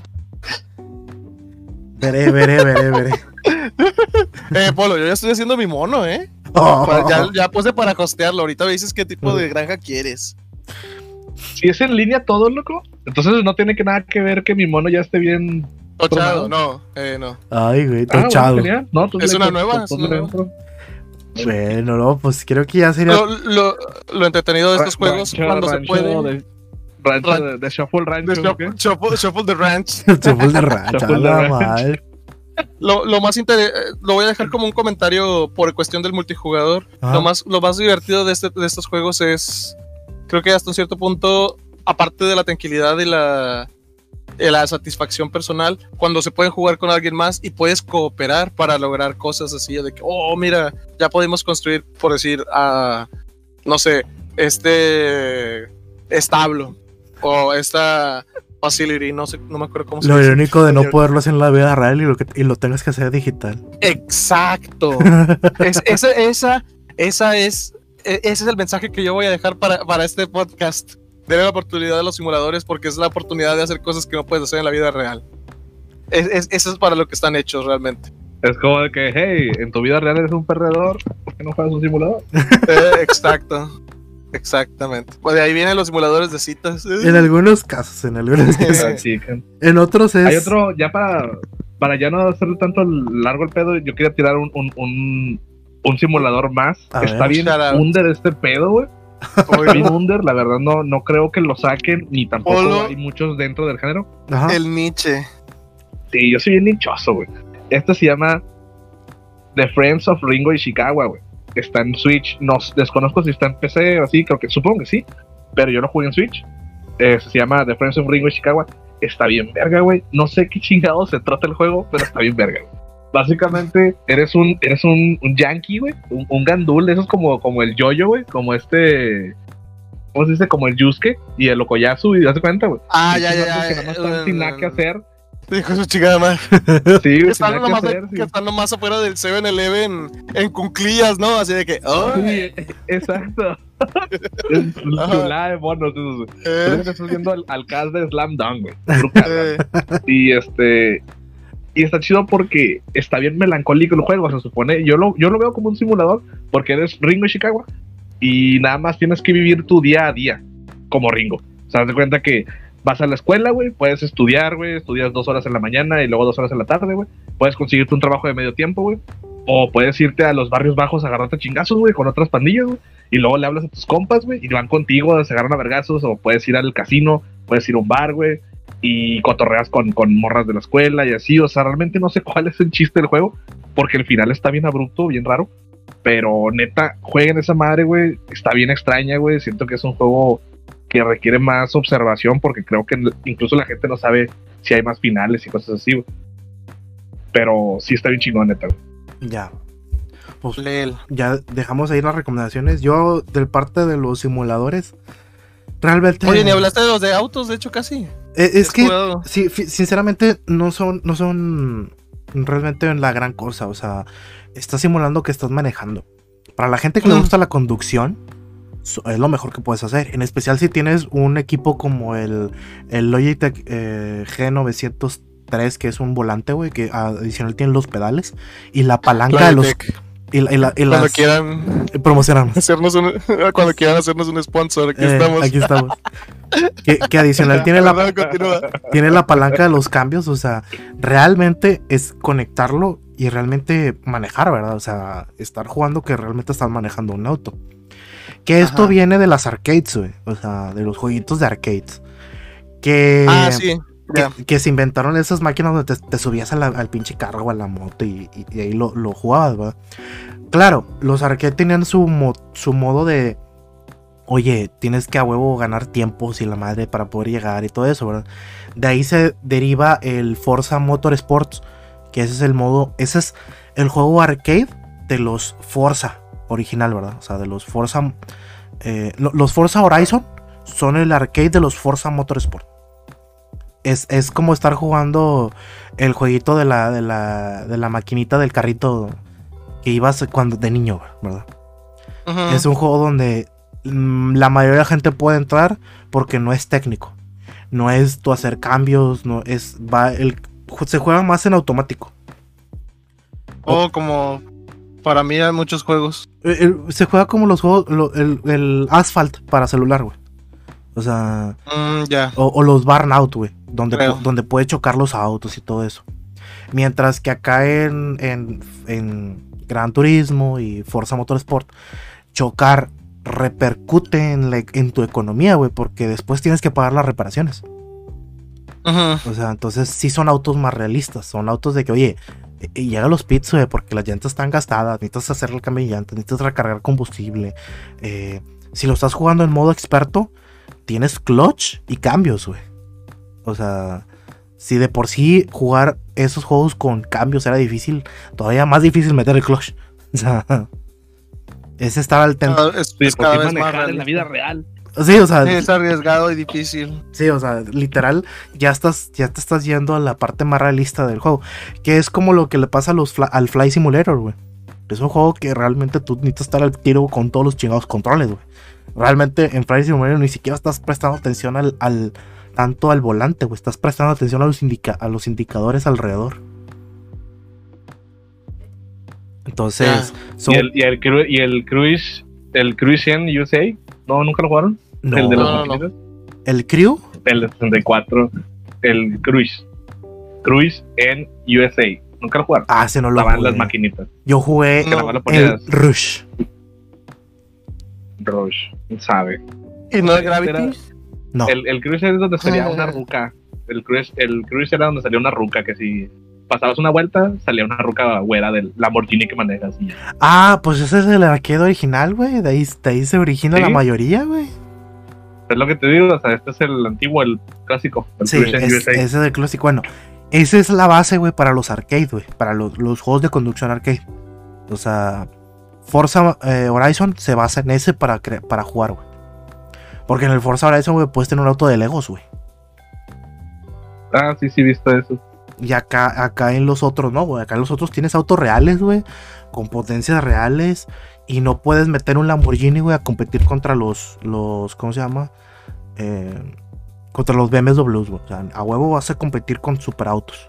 veré. Polo, yo ya estoy haciendo mi mono, Ya puse para hostearlo, ahorita me dices qué tipo de granja quieres. Si es en línea todo, loco, entonces no tiene nada que ver que mi mono ya esté bien tochado. No. Ay, güey, tochado. Bueno, no, es una nueva. Bueno, no, pues creo que ya sería... Lo entretenido de estos juegos, cuando se puede... De Shuffle Ranch. Shuffle the Ranch. Shuffle the Ranch, madre. Lo más lo voy a dejar como un comentario por cuestión del multijugador. Lo más divertido de estos juegos es, creo que hasta un cierto punto, aparte de la tranquilidad y la satisfacción personal, cuando se pueden jugar con alguien más y puedes cooperar para lograr cosas así de que, mira, ya podemos construir, por decir, no sé, establo o esta facility, no me acuerdo cómo se dice. Lo irónico de no poderlo hacer en la vida real y lo tengas que hacer digital. Exacto. Ese es el mensaje que yo voy a dejar para este podcast. denle la oportunidad a los simuladores porque es la oportunidad de hacer cosas que no puedes hacer en la vida real. Eso es para lo que están hechos realmente. Es como de que, hey, en tu vida real eres un perdedor, ¿por qué no juegas un simulador? Exacto. Exactamente. Pues de ahí vienen los simuladores de citas. En algunos casos, en algunos casos. Sí. En otros es... Hay otro, ya para ya no hacerle tanto largo el pedo, yo quería tirar un simulador más. A Está ver. bien under este pedo, güey. Bien under, la verdad no creo que lo saquen, ni tampoco Polo. hay muchos dentro del género. Ajá. El Nietzsche. Sí, yo soy bien nichoso, güey. Este se llama The Friends of Ringo Ishikawa, güey. Está en Switch, no desconozco si está en PC o así, supongo que sí, pero yo lo jugué en Switch. Se llama The Friends of Ringo Ishikawa. Está bien verga, güey. No sé qué chingado se trata el juego, pero está bien verga, güey. Básicamente, eres un yankee, güey. Un gandul, eso es como el yoyo, güey. Como ¿cómo se dice? Como el Yusuke y el Okoyasu, y das cuenta, güey. Ah, Y ya. que nada más están sin nada que hacer. Dijo su chingada madre. Sí, Que güey, sin nada que hacer. que están nomás afuera del 7-Eleven en cunclillas, ¿no? Así de que. Oh, Sí, exacto. Es chulada de monos esos, güey. Estás viendo al cast de Slam Dunk, güey. Puro cast. Y está chido porque está bien melancólico el juego, se supone. Yo lo veo como un simulador porque eres Ringo Ishikawa y nada más tienes que vivir tu día a día como Ringo. O sea, haz de cuenta que vas a la escuela, güey, puedes estudiar, güey, estudias 2 horas en la mañana y luego 2 horas en la tarde, güey. Puedes conseguirte un trabajo de medio tiempo, güey. O puedes irte a los barrios bajos a agarrarte chingazos, güey, con otras pandillas, güey. Y luego le hablas a tus compas, güey, y van contigo, se agarran a vergazos. O puedes ir al casino, puedes ir a un bar, güey, y cotorreas con morras de la escuela y así. O sea, realmente no sé cuál es el chiste del juego, porque el final está bien abrupto, bien raro. Pero neta, jueguen esa madre, güey. Está bien extraña, güey. Siento que es un juego que requiere más observación, porque creo que incluso la gente no sabe si hay más finales y cosas así, güey. Pero sí está bien chingón, neta, güey. Ya. Pues Lel. ya dejamos ahí las recomendaciones. Yo, del parte de los simuladores, realmente... Oye, ni hablaste de los de autos, de hecho, casi. Es que, jugado. sí, sinceramente, no son realmente la gran cosa. O sea, estás simulando que estás manejando. Para la gente que le gusta la conducción, es lo mejor que puedes hacer. En especial si tienes un equipo como el Logitech G903, que es un volante, güey, que adicional tiene los pedales y la palanca de los... Cuando quieran promocionarnos. Cuando quieran hacernos un sponsor, aquí estamos. Aquí estamos. Que adicional tiene tiene la palanca de los cambios. O sea, realmente es conectarlo y realmente manejar, ¿verdad? O sea, estar jugando que realmente estás manejando un auto. Que esto viene de las arcades, güey. O sea, de los jueguitos de arcades. Sí. Que se inventaron esas máquinas donde te subías al pinche carro o a la moto y ahí lo jugabas, ¿verdad? Claro, los arcades tenían su modo de... Oye, tienes que a huevo ganar tiempos y la madre para poder llegar y todo eso, ¿verdad? De ahí se deriva el Forza Motorsports, que ese es el juego arcade de los Forza original, ¿verdad? O sea, de los Forza... los Forza Horizon son el arcade de los Forza Motorsport. Es como estar jugando el jueguito de la maquinita del carrito que ibas cuando de niño, ¿verdad? Uh-huh. Es un juego donde la mayoría de la gente puede entrar porque no es técnico. No es tú hacer cambios, se juega más en automático. Como para mí hay muchos juegos. Se juega como los juegos, el Asphalt para celular, güey. O sea, o los Burnout, güey, donde puede chocar los autos y todo eso. Mientras que acá en Gran Turismo y Forza Motorsport, chocar repercute en tu economía, güey, porque después tienes que pagar las reparaciones. Uh-huh. O sea, entonces sí son autos más realistas. Son autos de que, oye, llega a los pits, güey, porque las llantas están gastadas, necesitas hacer el cambio de llantas, necesitas recargar combustible. Si lo estás jugando en modo experto, tienes clutch y cambios, güey. O sea, si de por sí jugar esos juegos con cambios era difícil, todavía más difícil meter el clutch. O sea, es estar al es cada vez manejar en la vida real. Sí, o sea, es arriesgado y difícil. Sí, o sea, literal, ya te estás yendo a la parte más realista del juego, que es como lo que le pasa al Fly Simulator, güey. Es un juego que realmente tú necesitas estar al tiro con todos los chingados controles, güey. Realmente en Flight Simulator ni siquiera estás prestando atención tanto al volante, güey. Estás prestando atención a los indicadores alrededor. Entonces, ¿Y el Cruise 100 USA? ¿No, nunca lo jugaron? No. El de los No. maquinitas. ¿El Crew? El de 64. El Cruise en USA. ¿Nunca lo jugaron? Ah, ese no lo Estaban jugué. las maquinitas. Yo jugué Que nada más lo el ponías. Rush. Rush, ¿sabe? ¿Y no de Gravity? No. El Cruise es donde salía una ruca. El Cruise era donde salía una ruca que si pasabas una vuelta, salía una ruca güera del Lamborghini que manejas. Y ya. Ah, pues ese es el arcade original, güey. De ahí se origina ¿Sí? la mayoría, güey. Es lo que te digo, o sea, este es el antiguo, el clásico. El Sí, Cruise en USA. ese es el clásico. Bueno, esa es la base, güey, para los arcade, güey. Para los juegos de conducción arcade. O sea, Forza Horizon se basa en ese para jugar, güey. Porque en el Forza Horizon, güey, puedes tener un auto de Legos, güey. Ah, sí, he visto eso. Y acá en los otros, no, güey. Acá en los otros tienes autos reales, güey. Con potencias reales. Y no puedes meter un Lamborghini, güey, a competir contra los ¿cómo se llama? Contra los BMWs, güey. O sea, a huevo vas a competir con superautos.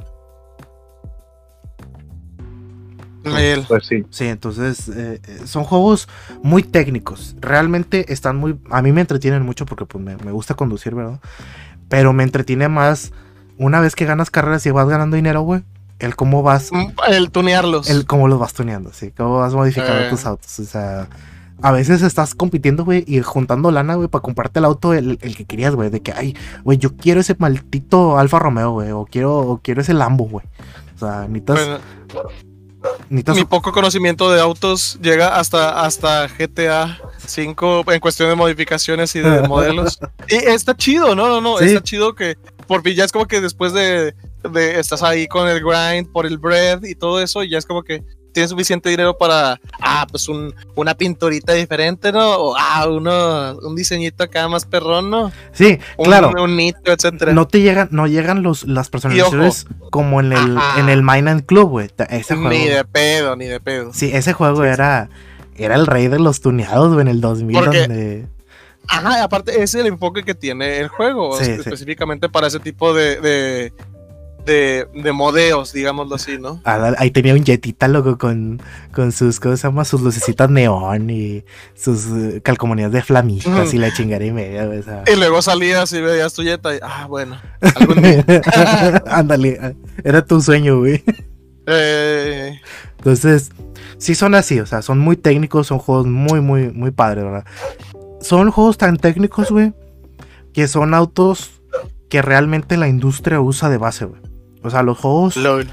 Pues sí. Sí, entonces son juegos muy técnicos. Realmente están muy... A mí me entretienen mucho porque pues, me gusta conducir, ¿verdad? Pero me entretiene más una vez que ganas carreras y vas ganando dinero, güey. El cómo vas... El tunearlos. El cómo los vas tuneando, sí. Cómo vas modificando tus autos. O sea, a veces estás compitiendo, güey, y juntando lana, güey, para comprarte el auto, el que querías, güey. De que, ay, güey, yo quiero ese maldito Alfa Romeo, güey. O quiero ese Lambo, güey. O sea, necesitas... Mi poco conocimiento de autos llega hasta GTA 5 en cuestión de modificaciones y de modelos. Y está chido, no, Sí. está chido que por fin ya es como que después de estás ahí con el grind por el bread y todo eso, y ya es como que tienes suficiente dinero para pues una pinturita diferente, ¿no? O un diseñito acá más perrón, ¿no? Sí, claro. Un nitro, etcétera. No llegan las personalizaciones como en el Mine and Club, güey. Ese juego. Ni de pedo. Sí, ese juego era el rey de los tuneados, güey, en el 2000. Porque- donde... Ajá, aparte ese es el enfoque que tiene el juego, Sí, sí. específicamente para ese tipo de modeos, digámoslo así, ¿no? Ahí tenía un Jetita, loco, con sus, ¿cómo se llama? Sus lucecitas neón y sus calcomanías de flamitas y la chingada y media, güey. O sea. Y luego salías y veías tu Jetta y, bueno, algún día. Ándale, era tu sueño, güey. Entonces, sí son así, o sea, son muy técnicos, son juegos muy, muy, muy padres, ¿verdad? Son juegos tan técnicos, güey, que son autos que realmente la industria usa de base, güey. O sea, los juegos LOL.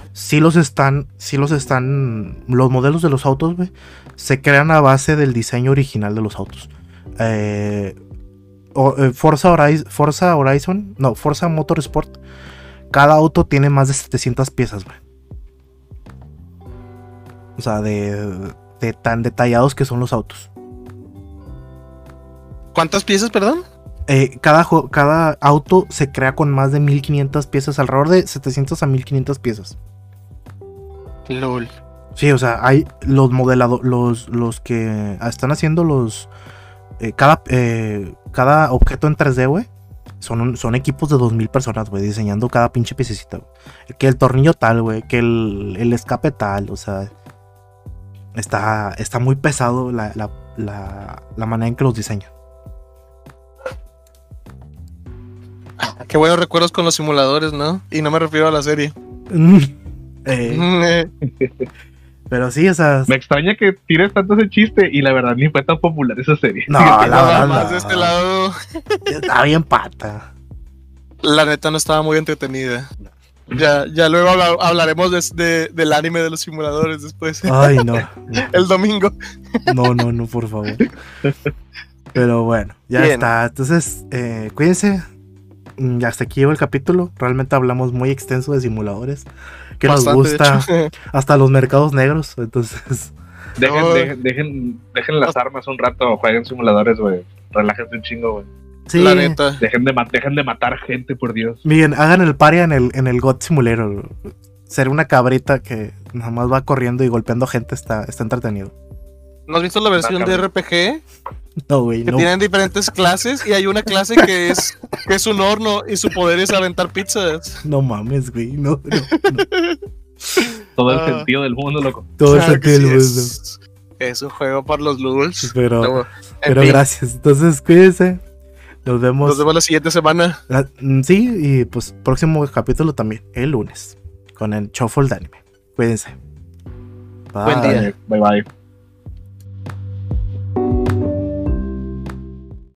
los modelos de los autos, güey, se crean a base del diseño original de los autos. Forza Horizon, no, Forza Motorsport, cada auto tiene más de 700 piezas, güey. O sea, de tan detallados que son los autos. ¿Cuántas piezas, perdón? Cada auto se crea con más de 1500 piezas, alrededor de 700 a 1500 piezas. LOL. Sí, o sea, hay los modelados, los que están haciendo cada objeto en 3D, güey. Son equipos de 2000 personas, güey, diseñando cada pinche piececita, güey. Que el tornillo tal, güey, que el escape tal, o sea, está muy pesado la manera en que los diseñan. Qué buenos recuerdos con los simuladores, ¿no? Y no me refiero a la serie. Pero sí, o sea... Me extraña que tires tanto ese chiste y la verdad ni fue tan popular esa serie. No, la Nada verdad más no. de este lado, Está bien pata. la neta no estaba muy entretenida. Ya luego hablaremos del anime de los simuladores después. Ay, no. El domingo. No, por favor. Pero bueno, ya Bien. está. Entonces, cuídense. Hasta aquí llevo el capítulo. Realmente hablamos muy extenso de simuladores. Que Bastante, nos gusta de hecho. hasta los mercados negros. Entonces, Dejen las armas un rato, jueguen simuladores, güey. Relájense un chingo, güey. sí. La neta. Dejen de matar gente, por Dios. Miren, hagan el party en el God Simulator. ser una cabrita que nada más va corriendo y golpeando gente está entretenido. ¿No has visto la versión de RPG? No, güey, Que no. tienen diferentes clases y hay una clase que es un horno y su poder es aventar pizzas. No mames, güey. No. Todo el sentido del mundo, loco. Todo el Claro que sentido del sí, mundo. es un juego para los lulz. Pero En fin, gracias. Entonces, cuídense. Nos vemos. nos vemos la siguiente semana. Sí, y pues próximo capítulo también, el lunes, con el Shuffle de Anime. Cuídense. Buen día. Bye bye.